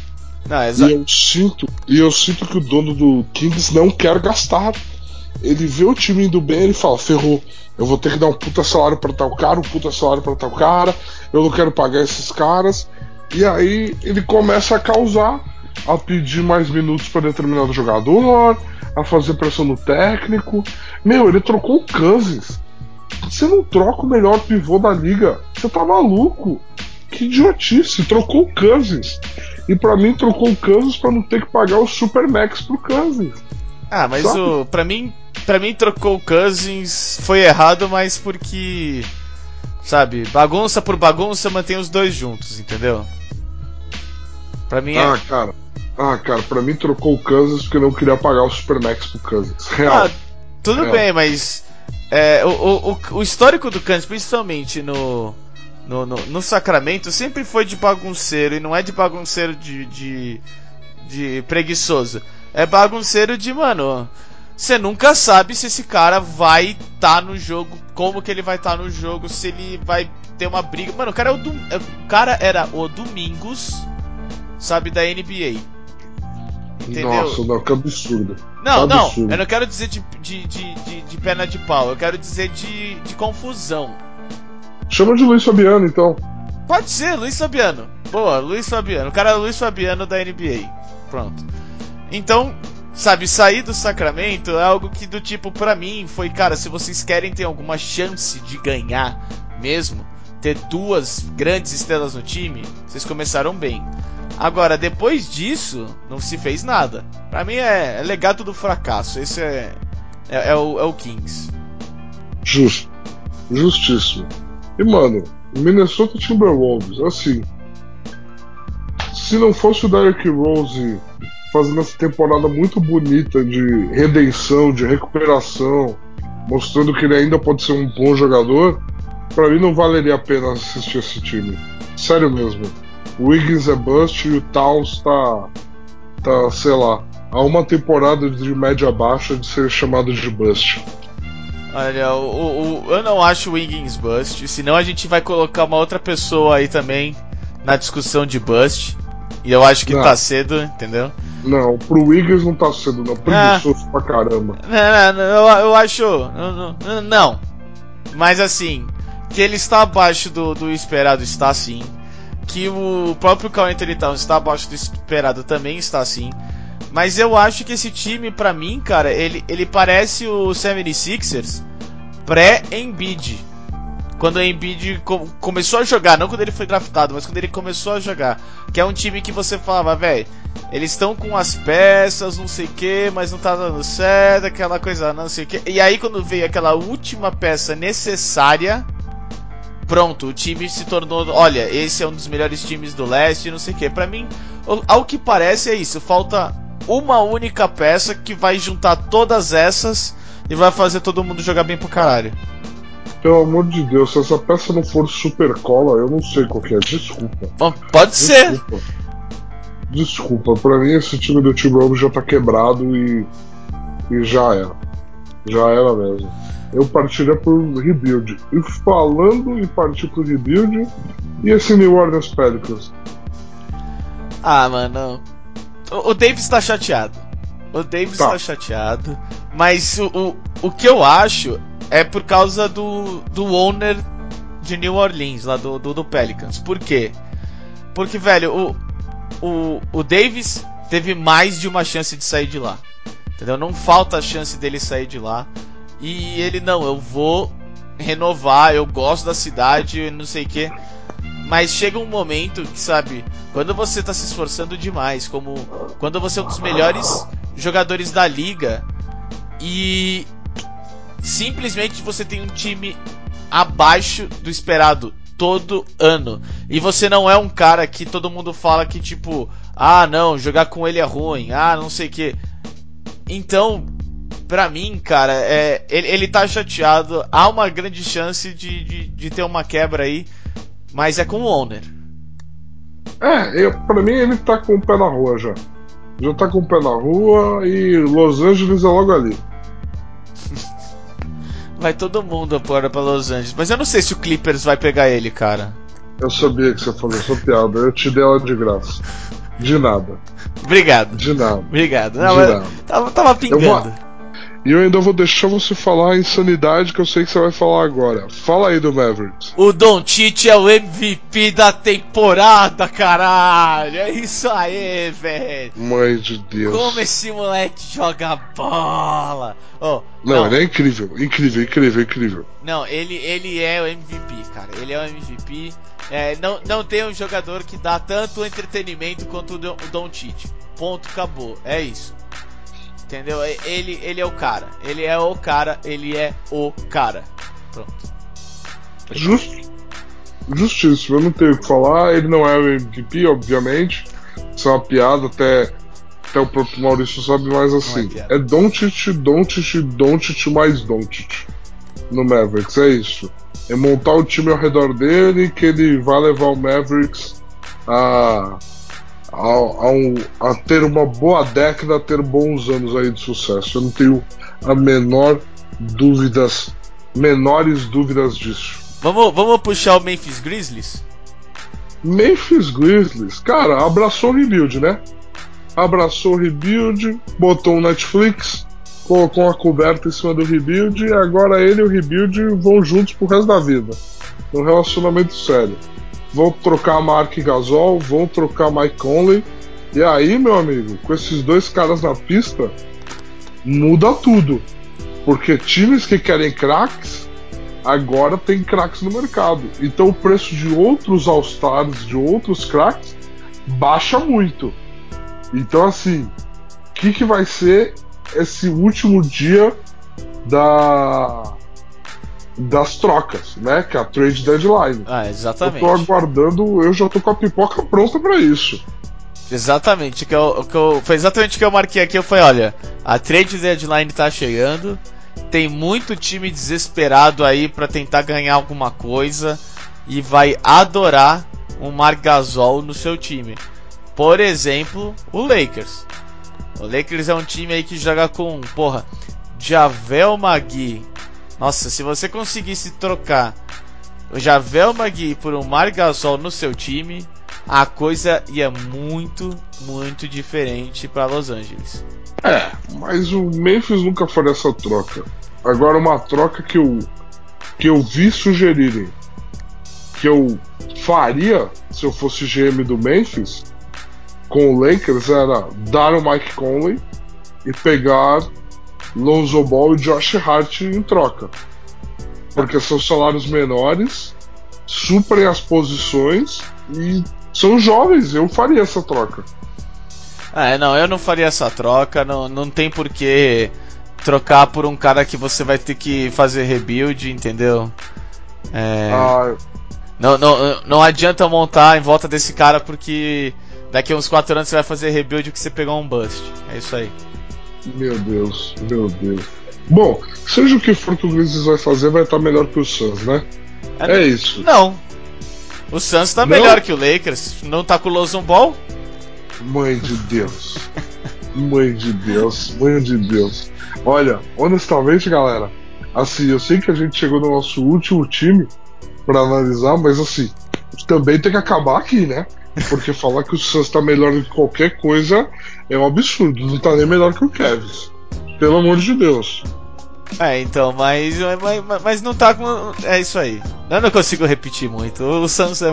E eu sinto que o dono do Kings não quer gastar. Ele vê o time indo bem, ele fala: ferrou, eu vou ter que dar um puta salário pra tal cara, um puta salário pra tal cara, eu não quero pagar esses caras. E aí ele começa a causar, a pedir mais minutos para determinado jogador, a fazer pressão no técnico. Meu, ele trocou o Cousins. Você não troca o melhor pivô da liga, você tá maluco? Que idiotice, trocou o Cousins. E pra mim trocou o Cousins pra não ter que pagar o Supermax pro Cousins. Mas pra mim trocou o Cousins foi errado, mas porque, sabe, bagunça por bagunça mantém os dois juntos, entendeu? Pra mim cara, pra mim trocou o Cousins porque não queria pagar o Supermax pro Cousins. Real. Tudo bem, mas o histórico do Cousins, principalmente no Sacramento, sempre foi de bagunceiro, e não é de bagunceiro de preguiçoso. É bagunceiro de, mano, você nunca sabe se esse cara vai estar no jogo, como que ele vai estar no jogo, se ele vai ter uma briga. Mano, o cara era o Domingos, sabe, da NBA. Entendeu? Nossa, não, que absurdo. Não, absurdo. eu não quero dizer de perna de pau, eu quero dizer de confusão. Chama de Luiz Fabiano, então. Pode ser, Luiz Fabiano. Boa, Luiz Fabiano. O cara é Luiz Fabiano da NBA. Pronto. Então, sabe, sair do Sacramento é algo que do tipo, pra mim, foi, cara, se vocês querem ter alguma chance de ganhar mesmo, ter duas grandes estrelas no time, vocês começaram bem. Agora, depois disso, não se fez nada. Pra mim é legado do fracasso. Esse é o Kings. Justo. Justíssimo. E, mano, o Minnesota Timberwolves, assim, se não fosse o Derrick Rose fazendo essa temporada muito bonita de redenção, de recuperação, mostrando que ele ainda pode ser um bom jogador, pra mim não valeria a pena assistir esse time. Sério mesmo. O Wiggins é bust e o Towns tá, sei lá, há uma temporada de média baixa de ser chamado de bust. Olha, eu não acho o Wiggins bust, senão a gente vai colocar uma outra pessoa aí também na discussão de bust. E eu acho que tá cedo, entendeu? Não, pro Wiggins não tá cedo, não. Preguiçoso pra caramba. Eu acho. Não. Mas assim, que ele está abaixo do esperado, está sim. Que o próprio Karl Anthony Towns está abaixo do esperado, também está sim. Mas eu acho que esse time, pra mim, cara, ele parece o 76ers pré-Embiid. Quando o Embiid começou a jogar, não quando ele foi draftado, mas quando ele começou a jogar. Que é um time que você falava, velho, eles estão com as peças, não sei o que, mas não tá dando certo, aquela coisa, não sei o que. E aí quando veio aquela última peça necessária, pronto, o time se tornou, olha, esse é um dos melhores times do leste, não sei o que. Pra mim, ao que parece é isso, falta uma única peça que vai juntar todas essas e vai fazer todo mundo jogar bem pro caralho. Pelo amor de Deus, se essa peça não for super cola, eu não sei qual que é. Desculpa. Bom, pode ser. Desculpa, pra mim esse time do Timberwolves já tá quebrado e já era. Já era mesmo. Eu partiria por rebuild. E falando em partir por rebuild, e esse New Orleans Pelicans? Ah, mano, o Davis tá chateado. O Davis tá chateado. Mas o que eu acho é por causa do owner de New Orleans, lá do Pelicans. Por quê? Porque, velho, o Davis teve mais de uma chance de sair de lá. Entendeu? Não falta a chance dele sair de lá. E ele, não, eu vou renovar, eu gosto da cidade, não sei o quê. Mas chega um momento que, sabe, quando você tá se esforçando demais, como quando você é um dos melhores jogadores da liga e simplesmente você tem um time abaixo do esperado todo ano. E você não é um cara que todo mundo fala que tipo, ah não, jogar com ele é ruim, ah não sei o que. Então, pra mim, cara, ele tá chateado, há uma grande chance de ter uma quebra aí, mas é com o owner. Pra mim ele tá com o pé na rua já. Já tá com o pé na rua e Los Angeles é logo ali. Vai todo mundo agora pra Los Angeles. Mas eu não sei se o Clippers vai pegar ele, cara. Eu sabia que você falou essa piada. Eu te dei ela de graça. De nada. Obrigado. De nada. Obrigado. Não, de nada. Tava pingando. E eu ainda vou deixar você falar a insanidade que eu sei que você vai falar agora. Fala aí do Mavericks. O Doncic é o MVP da temporada, caralho. É isso aí, velho. Mãe de Deus. Como esse moleque joga bola. Não, ele é incrível. Incrível. Não, ele é o MVP, cara. Ele é o MVP. Não tem um jogador que dá tanto entretenimento quanto o Doncic. Ponto, acabou. É isso. Entendeu? Ele é o cara. Ele é o cara. Pronto. Justíssimo, eu não tenho o que falar. Ele não é o MVP, obviamente. Isso é uma piada, até o próprio Maurício sabe, mas assim, é Doncic mais Doncic no Mavericks, é isso. É montar o time ao redor dele, que ele vai levar o Mavericks a ter uma boa década, a ter bons anos aí de sucesso. Eu não tenho menores dúvidas disso. Vamos puxar o Memphis Grizzlies? Memphis Grizzlies, cara, abraçou o rebuild, né? Abraçou o rebuild, botou um Netflix, colocou uma coberta em cima do rebuild e agora ele e o rebuild vão juntos pro resto da vida. Um relacionamento sério. Vão trocar Mark Gasol, vão trocar Mike Conley. E aí, meu amigo, com esses dois caras na pista, muda tudo. Porque times que querem craques, agora tem craques no mercado. Então o preço de outros All-Stars, de outros craques, baixa muito. Então assim, o que vai ser esse último dia das trocas, né? Que é a trade deadline. Exatamente. Eu tô aguardando, eu já tô com a pipoca pronta pra isso. Exatamente, foi exatamente o que eu marquei aqui. Eu falei, olha, a trade deadline tá chegando, tem muito time desesperado aí pra tentar ganhar alguma coisa e vai adorar um Marc Gasol no seu time. Por exemplo, o Lakers. O Lakers é um time aí que joga com, JaVale McGee. Nossa, se você conseguisse trocar o JaVale McGee por um Marc Gasol no seu time, a coisa ia muito, muito diferente para Los Angeles. Mas o Memphis nunca faria essa troca. Agora uma troca que eu vi sugerirem. que eu faria se eu fosse GM do Memphis com o Lakers era dar o Mike Conley e pegar Lonzo Ball e Josh Hart em troca. Porque são salários menores, suprem as posições e são jovens. Eu faria essa troca. Não, eu não faria essa troca. Não tem por que trocar por um cara que você vai ter que fazer rebuild, entendeu? Não adianta montar em volta desse cara porque daqui a uns 4 anos você vai fazer rebuild que você pegou um bust. É isso aí. Meu Deus. Bom, seja o que for que o Grizzlies vai fazer, vai estar melhor que o Suns, né? É isso. Não. O Suns tá melhor que o Lakers. Não tá com o Lonzo Ball? Mãe de Deus. Mãe de Deus. Olha, honestamente, galera, assim, eu sei que a gente chegou no nosso último time pra analisar, mas assim, também tem que acabar aqui, né? Porque falar que o Suns tá melhor do que qualquer coisa é um absurdo. Não tá nem melhor que o Cavs. Pelo amor de Deus. Então, mas não tá com... É isso aí. Eu não consigo repetir muito. O Suns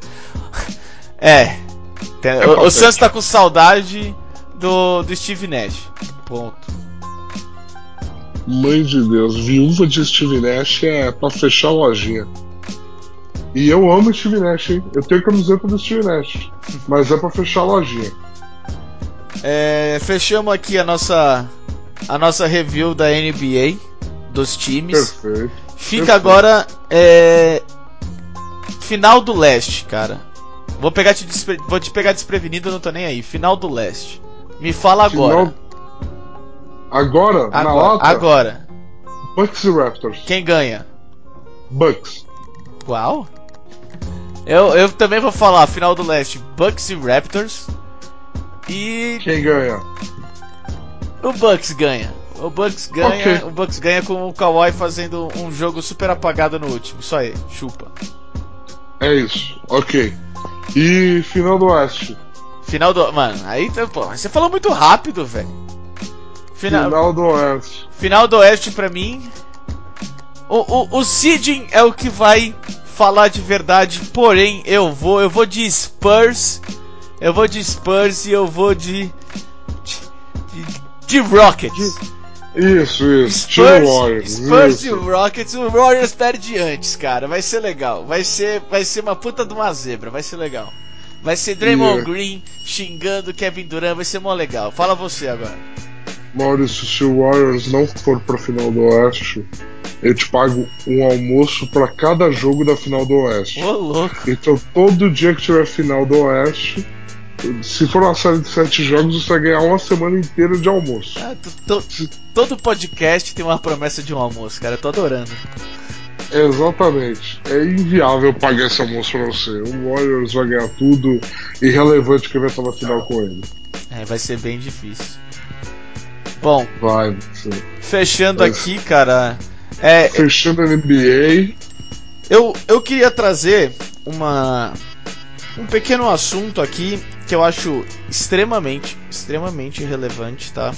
o Suns tá com saudade do Steve Nash. Ponto. Mãe de Deus, viúva de Steve Nash é pra fechar a lojinha. E eu amo Steve Nash, hein? Eu tenho camiseta do Steve Nash, mas é pra fechar a lojinha. Fechamos aqui a nossa review da NBA, dos times. Perfeito. Fica agora final do leste, cara. Vou te pegar desprevenido, eu não tô nem aí. Final do leste. Me fala agora. Agora? Na lata? Agora. Bucks e Raptors. Quem ganha? Bucks. Qual? Eu também vou falar, final do leste, Bucks e Raptors. E... Quem ganha? O Bucks ganha. O Bucks ganha, Okay. O Bucks ganha com o Kawhi fazendo um jogo super apagado no último. Só aí, chupa. É isso, ok. E final do Oeste? Mano, aí pô, você falou muito rápido, velho. Final do Oeste. Final do Oeste pra mim. O seeding é o que vai falar de verdade, porém eu vou de Spurs. Eu vou de Spurs e eu vou de Rockets. Isso. Spurs e Rockets. O Warriors perde antes, cara. Vai ser legal. Vai ser uma puta de uma zebra. Vai ser legal. Vai ser Draymond Green xingando Kevin Durant. Vai ser mó legal. Fala você agora. Maurício, se o Warriors não for pra final do Oeste, eu te pago um almoço pra cada jogo da final do Oeste. Ô, louco. Então todo dia que tiver final do Oeste, se for uma série de 7 jogos, você vai ganhar uma semana inteira de almoço. Todo podcast tem uma promessa de um almoço, cara. Eu tô adorando. Exatamente. É inviável pagar esse almoço pra você. O Warriors vai ganhar tudo, irrelevante que vai estar na final com ele. Vai ser bem difícil. Bom, vai ser. Fechando aqui, cara. Fechando a NBA. Eu queria trazer um pequeno assunto aqui que eu acho extremamente relevante, tá?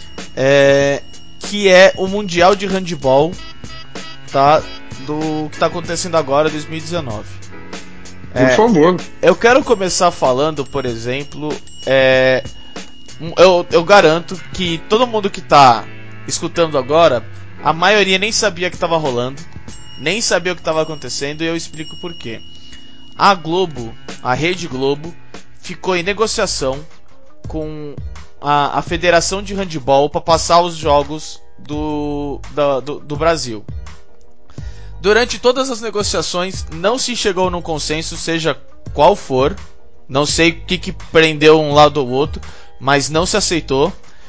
Que é o Mundial de Handball, tá? Do que tá acontecendo agora, 2019. Por favor. Eu quero começar falando, por exemplo, eu garanto que todo mundo que tá escutando agora, a maioria nem sabia que tava rolando, nem sabia o que tava acontecendo, e eu explico por quê. A Globo, a Rede Globo, ficou em negociação com a Federação de Handball para passar os jogos do Brasil. Durante todas as negociações não se chegou num consenso, seja qual for. Não sei o que prendeu um lado ou outro, mas não se aceitou.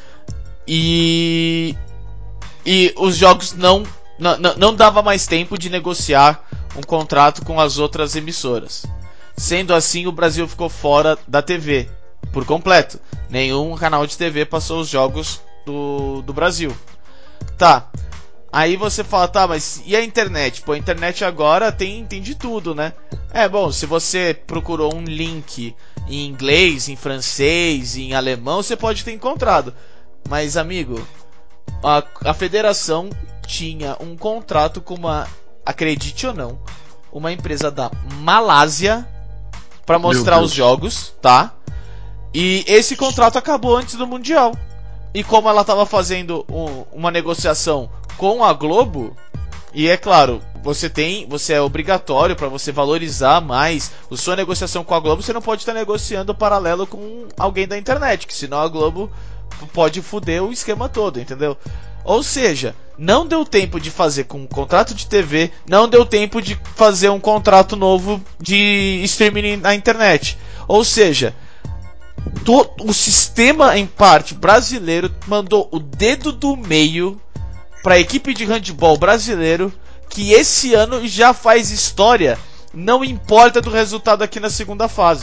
E os jogos não dava mais tempo de negociar um contrato com as outras emissoras. Sendo assim, o Brasil ficou fora da TV por completo. Nenhum canal de TV passou os jogos do Brasil. Tá. Aí você fala, tá, mas e a internet? Pô, a internet agora tem de tudo, né? Bom, se você procurou um link em inglês, em francês, em alemão, você pode ter encontrado. Mas, amigo, a federação tinha um contrato com acredite ou não, uma empresa da Malásia pra mostrar os jogos, tá? E esse contrato acabou antes do Mundial. E como ela tava fazendo uma negociação com a Globo, e é claro, você é obrigatório para você valorizar mais a sua negociação com a Globo, você não pode estar negociando paralelo com alguém da internet, que senão a Globo pode foder o esquema todo, entendeu? Ou seja, não deu tempo de fazer com um contrato de TV, não deu tempo de fazer um contrato novo de streaming na internet. Ou seja, o sistema, em parte, brasileiro mandou o dedo do meio para a equipe de handebol brasileiro, que esse ano já faz história, não importa do resultado aqui na segunda fase.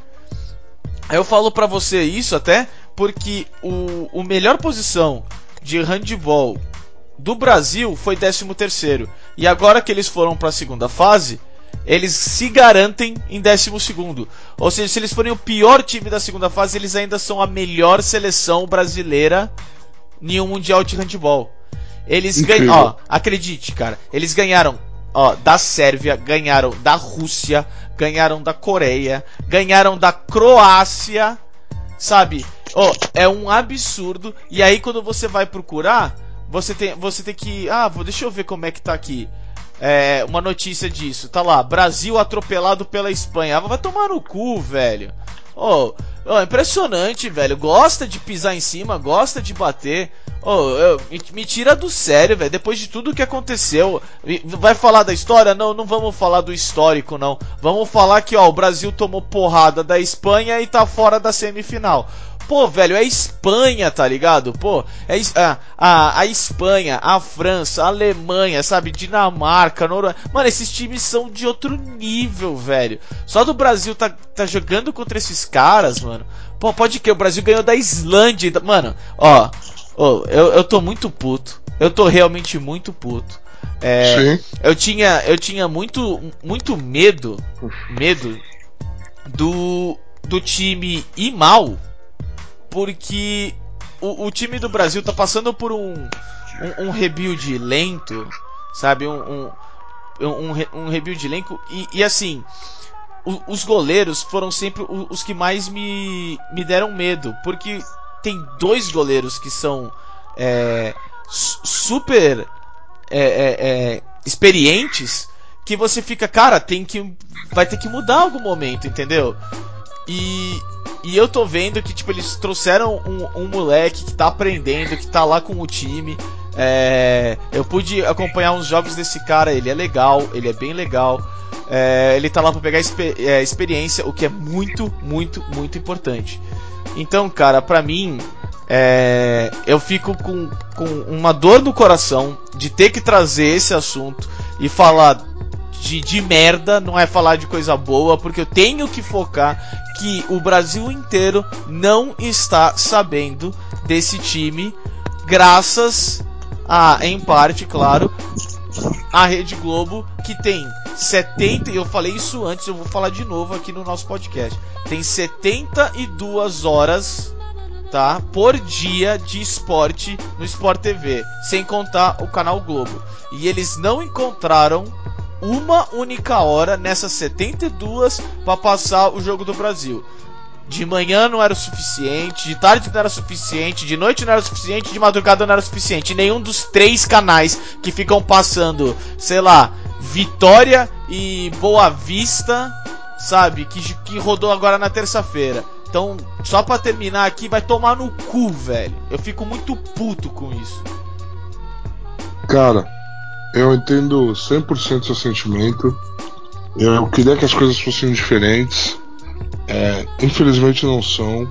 Eu falo para você isso até porque o melhor posição de handebol do Brasil foi 13º. E agora que eles foram para a segunda fase, eles se garantem em 12º. Ou seja, se eles forem o pior time da segunda fase, eles ainda são a melhor seleção brasileira em um mundial de handebol. Eles ganham, acredite, cara, eles ganharam, da Sérvia, ganharam da Rússia, ganharam da Coreia, ganharam da Croácia, sabe? É um absurdo. E aí quando você vai procurar, você tem que, deixa eu ver como é que tá aqui. Uma notícia disso, tá lá, Brasil atropelado pela Espanha. Vai tomar no cu, velho. Impressionante, velho. Gosta de pisar em cima, gosta de bater. Me tira do sério, velho. Depois de tudo que aconteceu, vai falar da história? Não vamos falar do histórico, não. Vamos falar que, o Brasil tomou porrada da Espanha e tá fora da semifinal. Pô, velho, é Espanha, tá ligado? Pô, a Espanha, a França, a Alemanha, sabe? Dinamarca, Noruega. Mano, esses times são de outro nível, velho. Só do Brasil tá jogando contra esses caras, mano. Pô, pode que o Brasil ganhou da Islândia. Mano, eu tô muito puto. Eu tô realmente muito puto. Eu tinha muito medo do time ir mal. Porque o time do Brasil tá passando por um rebuild lento, sabe? Um rebuild lento. E assim, os goleiros foram sempre os que mais me deram medo. Porque tem 2 goleiros que são super experientes, que você fica, cara, vai ter que mudar em algum momento, entendeu? E eu tô vendo que, tipo, eles trouxeram um moleque que tá aprendendo, que tá lá com o time. Eu pude acompanhar uns jogos desse cara, ele é legal, ele é bem legal. Ele tá lá pra pegar experiência, o que é muito, muito, muito importante. Então, cara, pra mim, eu fico com uma dor no coração de ter que trazer esse assunto e falar de merda, não é falar de coisa boa, porque eu tenho que focar que o Brasil inteiro não está sabendo desse time, graças em parte, claro, a Rede Globo, que tem 70, eu falei isso antes, eu vou falar de novo aqui no nosso podcast, tem 72 horas, tá, por dia de esporte no Sport TV, sem contar o canal Globo, e eles não encontraram uma única hora nessas 72 para passar o jogo do Brasil. De manhã não era o suficiente, de tarde não era o suficiente, de noite não era o suficiente, de madrugada não era o suficiente. Nenhum dos 3 canais que ficam passando, sei lá, Vitória e Boa Vista, sabe, que rodou agora na terça-feira. Então, só pra terminar aqui, vai tomar no cu, velho. Eu fico muito puto com isso. Cara, eu entendo 100% seu sentimento. Eu queria que as coisas fossem diferentes. Infelizmente não são.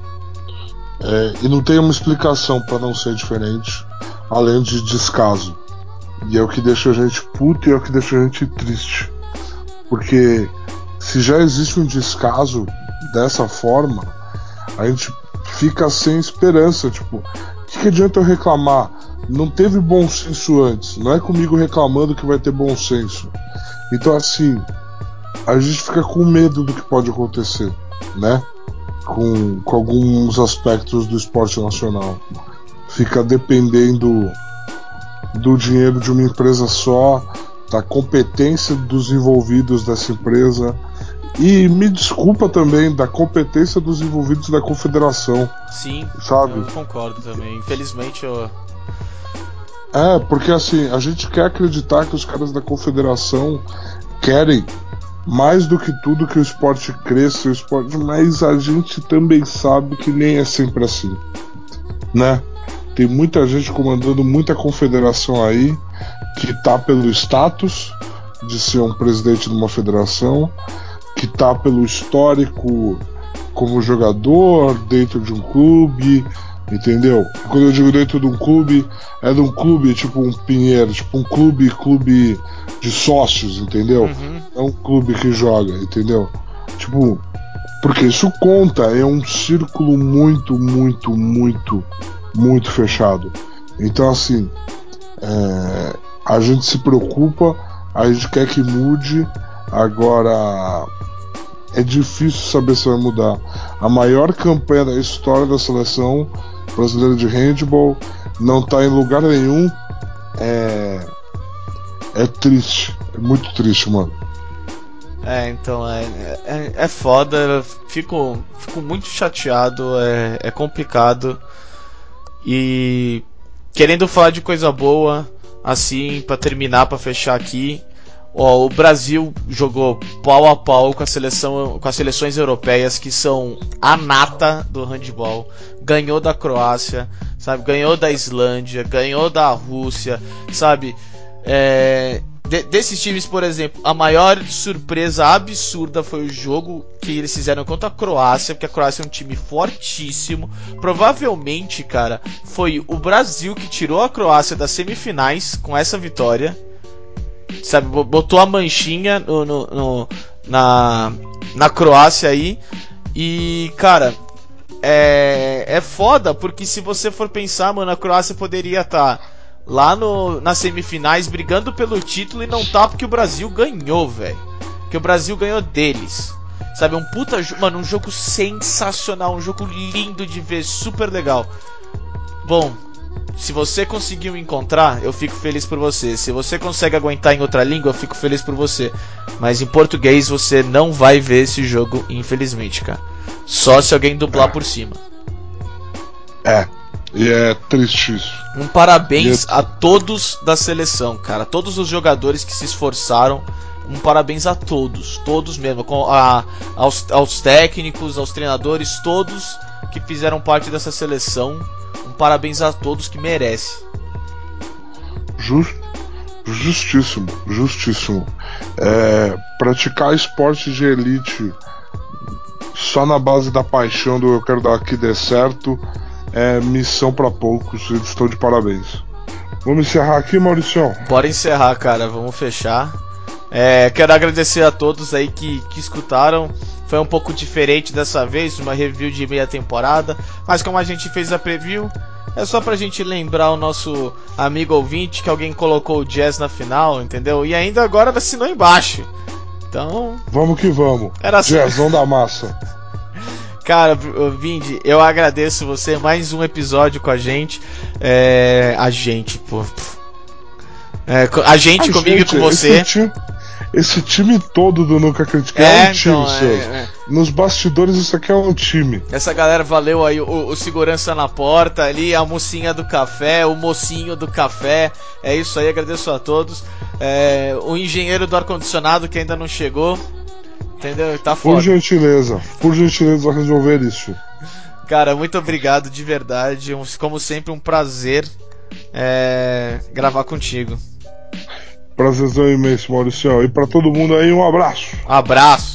E não tem uma explicação para não ser diferente, além de descaso. E é o que deixa a gente puto e é o que deixa a gente triste. Porque se já existe um descaso dessa forma, a gente fica sem esperança. Tipo, o que adianta eu reclamar? Não teve bom senso antes. Não é comigo reclamando que vai ter bom senso. Então, assim, a gente fica com medo do que pode acontecer, né? Com alguns aspectos do esporte nacional. Fica dependendo do dinheiro de uma empresa só, da competência dos envolvidos dessa empresa e, me desculpa também, da competência dos envolvidos da confederação. Sim, sabe? eu concordo também. Infelizmente eu... Porque assim, a gente quer acreditar que os caras da confederação querem mais do que tudo que o esporte cresça, mas a gente também sabe que nem é sempre assim, né? Tem muita gente comandando muita confederação aí que tá pelo status de ser um presidente de uma federação, que tá pelo histórico como jogador dentro de um clube, entendeu? Quando eu digo dentro de um clube, é de um clube tipo um Pinheiro, tipo um clube de sócios, entendeu? É um clube que joga, entendeu? Tipo, porque isso conta, é um círculo muito, muito, muito, muito fechado. Então, assim, a gente se preocupa, a gente quer que mude. Agora, é difícil saber se vai mudar. A maior campanha da história da seleção brasileira de handball não tá em lugar nenhum. É triste, é muito triste, mano. Então, é foda, eu fico muito chateado, é complicado. E querendo falar de coisa boa, assim, pra terminar, pra fechar aqui, o Brasil jogou pau a pau com as seleções europeias, que são a nata do handball. Ganhou da Croácia, sabe? Ganhou da Islândia, ganhou da Rússia, sabe? Desses times, por exemplo, a maior surpresa absurda foi o jogo que eles fizeram contra a Croácia, porque a Croácia é um time fortíssimo. Provavelmente, cara, foi o Brasil que tirou a Croácia das semifinais com essa vitória. Sabe, botou a manchinha na Croácia aí. E, cara, é foda, porque se você for pensar, mano, a Croácia poderia estar lá nas semifinais brigando pelo título e não tá, porque o Brasil ganhou, velho. Porque o Brasil ganhou deles. Sabe, um puta, mano, um jogo sensacional, um jogo lindo de ver, super legal. Bom, se você conseguiu encontrar, eu fico feliz por você. Se você consegue aguentar em outra língua, eu fico feliz por você. Mas em português você não vai ver esse jogo, infelizmente, cara. Só se alguém dublar por cima. E é triste isso. Um parabéns a todos da seleção, cara. Todos os jogadores que se esforçaram. Um parabéns a todos. Todos mesmo. Aos técnicos, aos treinadores, todos que fizeram parte dessa seleção. Um parabéns a todos que merece. Justíssimo. Praticar esporte de elite só na base da paixão do eu quero dar que dê certo é missão pra poucos. Eles estão de parabéns. Vamos encerrar aqui, Mauricião? Bora encerrar, cara. Vamos fechar. Quero agradecer a todos aí que escutaram. Foi um pouco diferente dessa vez, uma review de meia temporada. Mas como a gente fez a preview, é só pra gente lembrar o nosso amigo ouvinte que alguém colocou o Jazz na final, entendeu? E ainda agora assinou embaixo. Então... vamos que vamos. Jazzão da massa. Cara, Vindy, eu agradeço você. Mais um episódio com a gente. A gente comigo e com você. Esse time todo do Nunca Critiquei é um time, seus. Nos bastidores isso aqui é um time. Essa galera, valeu aí, o segurança na porta ali, a mocinha do café, o mocinho do café. É isso aí, agradeço a todos. O engenheiro do ar-condicionado que ainda não chegou. Entendeu? Tá foda. Por gentileza resolver isso. Cara, muito obrigado de verdade. Como sempre, um prazer gravar contigo. Prazerzão imenso, Mauricião. E pra todo mundo aí, um abraço. Abraço.